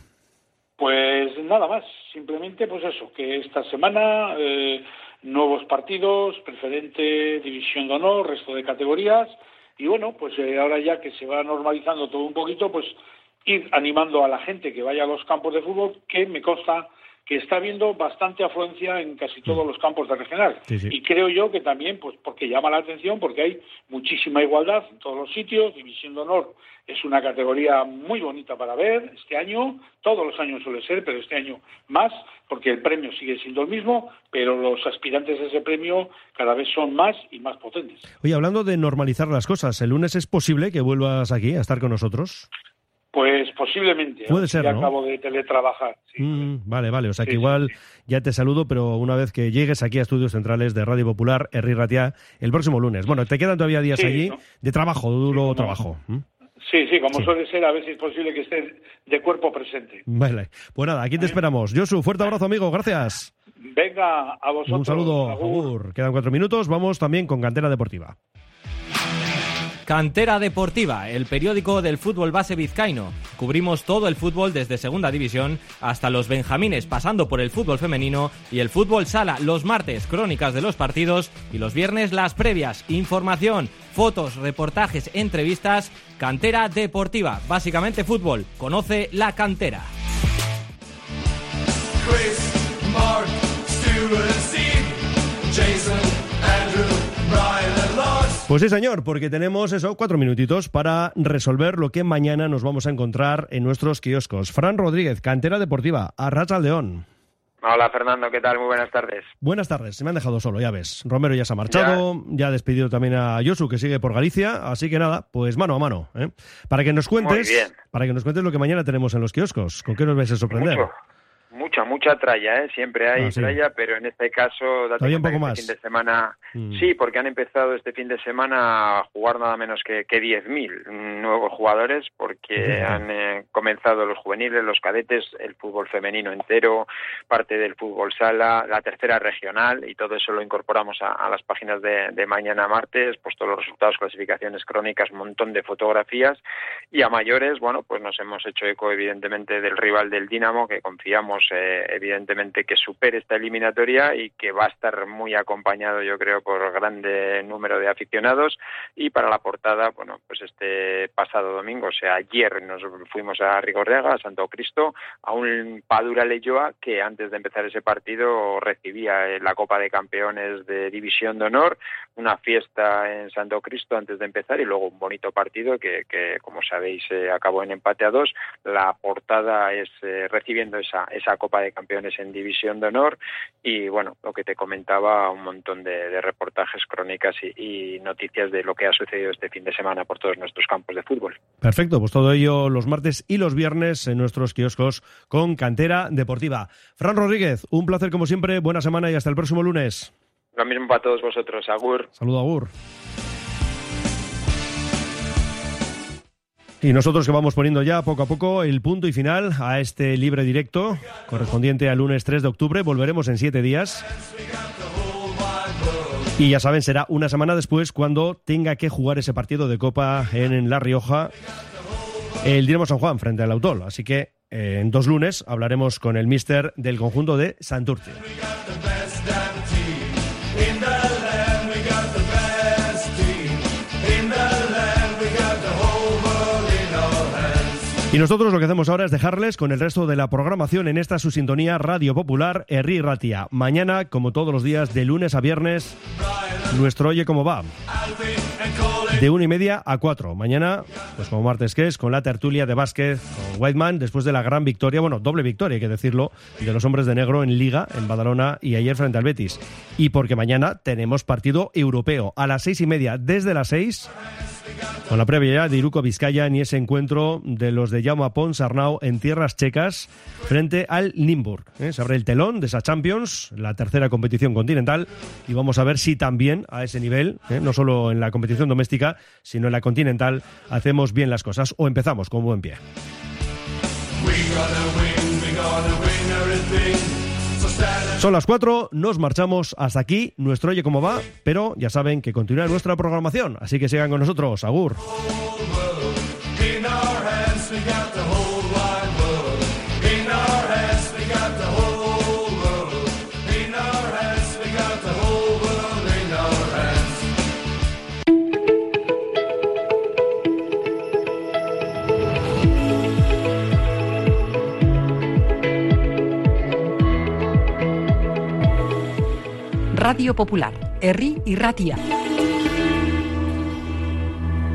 Pues nada más, simplemente pues eso, que esta semana eh, nuevos partidos, preferente, división de honor, resto de categorías, y bueno, pues eh, ahora ya que se va normalizando todo un poquito, pues ir animando a la gente que vaya a los campos de fútbol, que me consta que está habiendo bastante afluencia en casi todos los campos de regional. Sí, sí. Y creo yo que también, pues porque llama la atención, porque hay muchísima igualdad en todos los sitios. División de honor es una categoría muy bonita para ver este año, todos los años suele ser, pero este año más, porque el premio sigue siendo el mismo, pero los aspirantes a ese premio cada vez son más y más potentes. Oye, hablando de normalizar las cosas, ¿el lunes es posible que vuelvas aquí a estar con nosotros? Pues posiblemente. Puede ser, ya ¿no? Acabo de teletrabajar. Sí. Mm, vale, vale. O sea sí, que igual sí, sí. ya te saludo, pero una vez que llegues aquí a Estudios Centrales de Radio Popular, Herri Ratia, el próximo lunes. Bueno, te quedan todavía días sí, allí ¿no? de trabajo, duro sí, como... trabajo. ¿Mm? Sí, sí, como sí. suele ser, a ver si es posible que estés de cuerpo presente. Vale. Pues nada, aquí te esperamos. Josu, fuerte abrazo, amigo. Gracias. Venga, a vosotros. Un saludo. Agur. Agur. Quedan cuatro minutos. Vamos también con Cantera Deportiva. Cantera Deportiva, el periódico del fútbol base vizcaíno. Cubrimos todo el fútbol desde Segunda División hasta los benjamines, pasando por el fútbol femenino y el fútbol sala. Los martes, crónicas de los partidos, y los viernes, las previas, información, fotos, reportajes, entrevistas. Cantera Deportiva, básicamente fútbol. Conoce la cantera. Chris, Mark, Stuart, Steve, Jason, Andrew, Brian and Lars. Pues sí, señor, porque tenemos eso, cuatro minutitos para resolver lo que mañana nos vamos a encontrar en nuestros kioscos. Fran Rodríguez, Cantera Deportiva, Arratsaldeon. Hola Fernando, ¿qué tal? Muy buenas tardes. Buenas tardes, se me han dejado solo, ya ves. Romero ya se ha marchado, ya, ya ha despedido también a Josu, que sigue por Galicia, así que nada, pues mano a mano, ¿eh? Para que nos cuentes, Muy bien. para que nos cuentes lo que mañana tenemos en los kioscos. ¿Con qué nos vais a sorprender? Mucho. Mucha, mucha tralla, ¿eh? Siempre hay Ah, sí. tralla, pero en este caso... date Todavía un cuenta poco que este más. fin de semana... Mm. Sí, porque han empezado este fin de semana a jugar nada menos que, que diez mil nuevos jugadores, porque Ujú. han eh, comenzado los juveniles, los cadetes, el fútbol femenino entero, parte del fútbol sala, la tercera regional, y todo eso lo incorporamos a, a las páginas de, de mañana martes, pues todos los resultados, clasificaciones crónicas, un montón de fotografías, y a mayores, bueno, pues nos hemos hecho eco evidentemente del rival del Dinamo, que confiamos eh, evidentemente que supere esta eliminatoria y que va a estar muy acompañado, yo creo, por grande número de aficionados. Y para la portada, bueno, pues este pasado domingo, o sea, ayer nos fuimos a Rigorriaga, a Santo Cristo, a un Padura Leioa que antes de empezar ese partido recibía eh, la Copa de Campeones de División de Honor, una fiesta en Santo Cristo antes de empezar y luego un bonito partido que, que como sabéis, eh, acabó en empate a dos. La portada es eh, recibiendo esa, esa Copa de Campeones en División de Honor y, bueno, lo que te comentaba, un montón de, de reportajes, crónicas y, y noticias de lo que ha sucedido este fin de semana por todos nuestros campos de fútbol. Perfecto, pues todo ello los martes y los viernes en nuestros kioscos con Cantera Deportiva. Fran Rodríguez, un placer como siempre, buena semana y hasta el próximo lunes. Lo mismo para todos vosotros, agur. Saludo, agur. Y nosotros que vamos poniendo ya poco a poco el punto y final a este libre directo correspondiente al lunes tres de octubre. Volveremos en siete días. Y ya saben, será una semana después cuando tenga que jugar ese partido de Copa en La Rioja el Dinamo San Juan frente al Autol. Así que eh, en dos lunes hablaremos con el míster del conjunto de Santurce. Y nosotros lo que hacemos ahora es dejarles con el resto de la programación en esta su sintonía Radio Popular, Herri Ratia. Mañana, como todos los días, de lunes a viernes, nuestro Oye Cómo Va. De una y media a cuatro. Mañana, pues como martes que es, con la tertulia de básquet, con Whiteman, después de la gran victoria, bueno, doble victoria, hay que decirlo, de los hombres de negro en Liga, en Badalona y ayer frente al Betis. Y porque mañana tenemos partido europeo a las seis y media, desde las seis, con la previa ya de Iruko Vizcaya y ese encuentro de los de Jaume Pons Arnau en tierras checas frente al Nymburk. ¿eh? Se abre el telón de esa Champions, la tercera competición continental, y vamos a ver si también a ese nivel, ¿eh? no solo en la competición doméstica, sino en la continental, hacemos bien las cosas o empezamos con buen pie. Son las cuatro, nos marchamos hasta aquí, nuestro Oye Cómo Va, pero ya saben que continúa nuestra programación, así que sigan con nosotros, agur. Radio Popular, Herri y Ratia.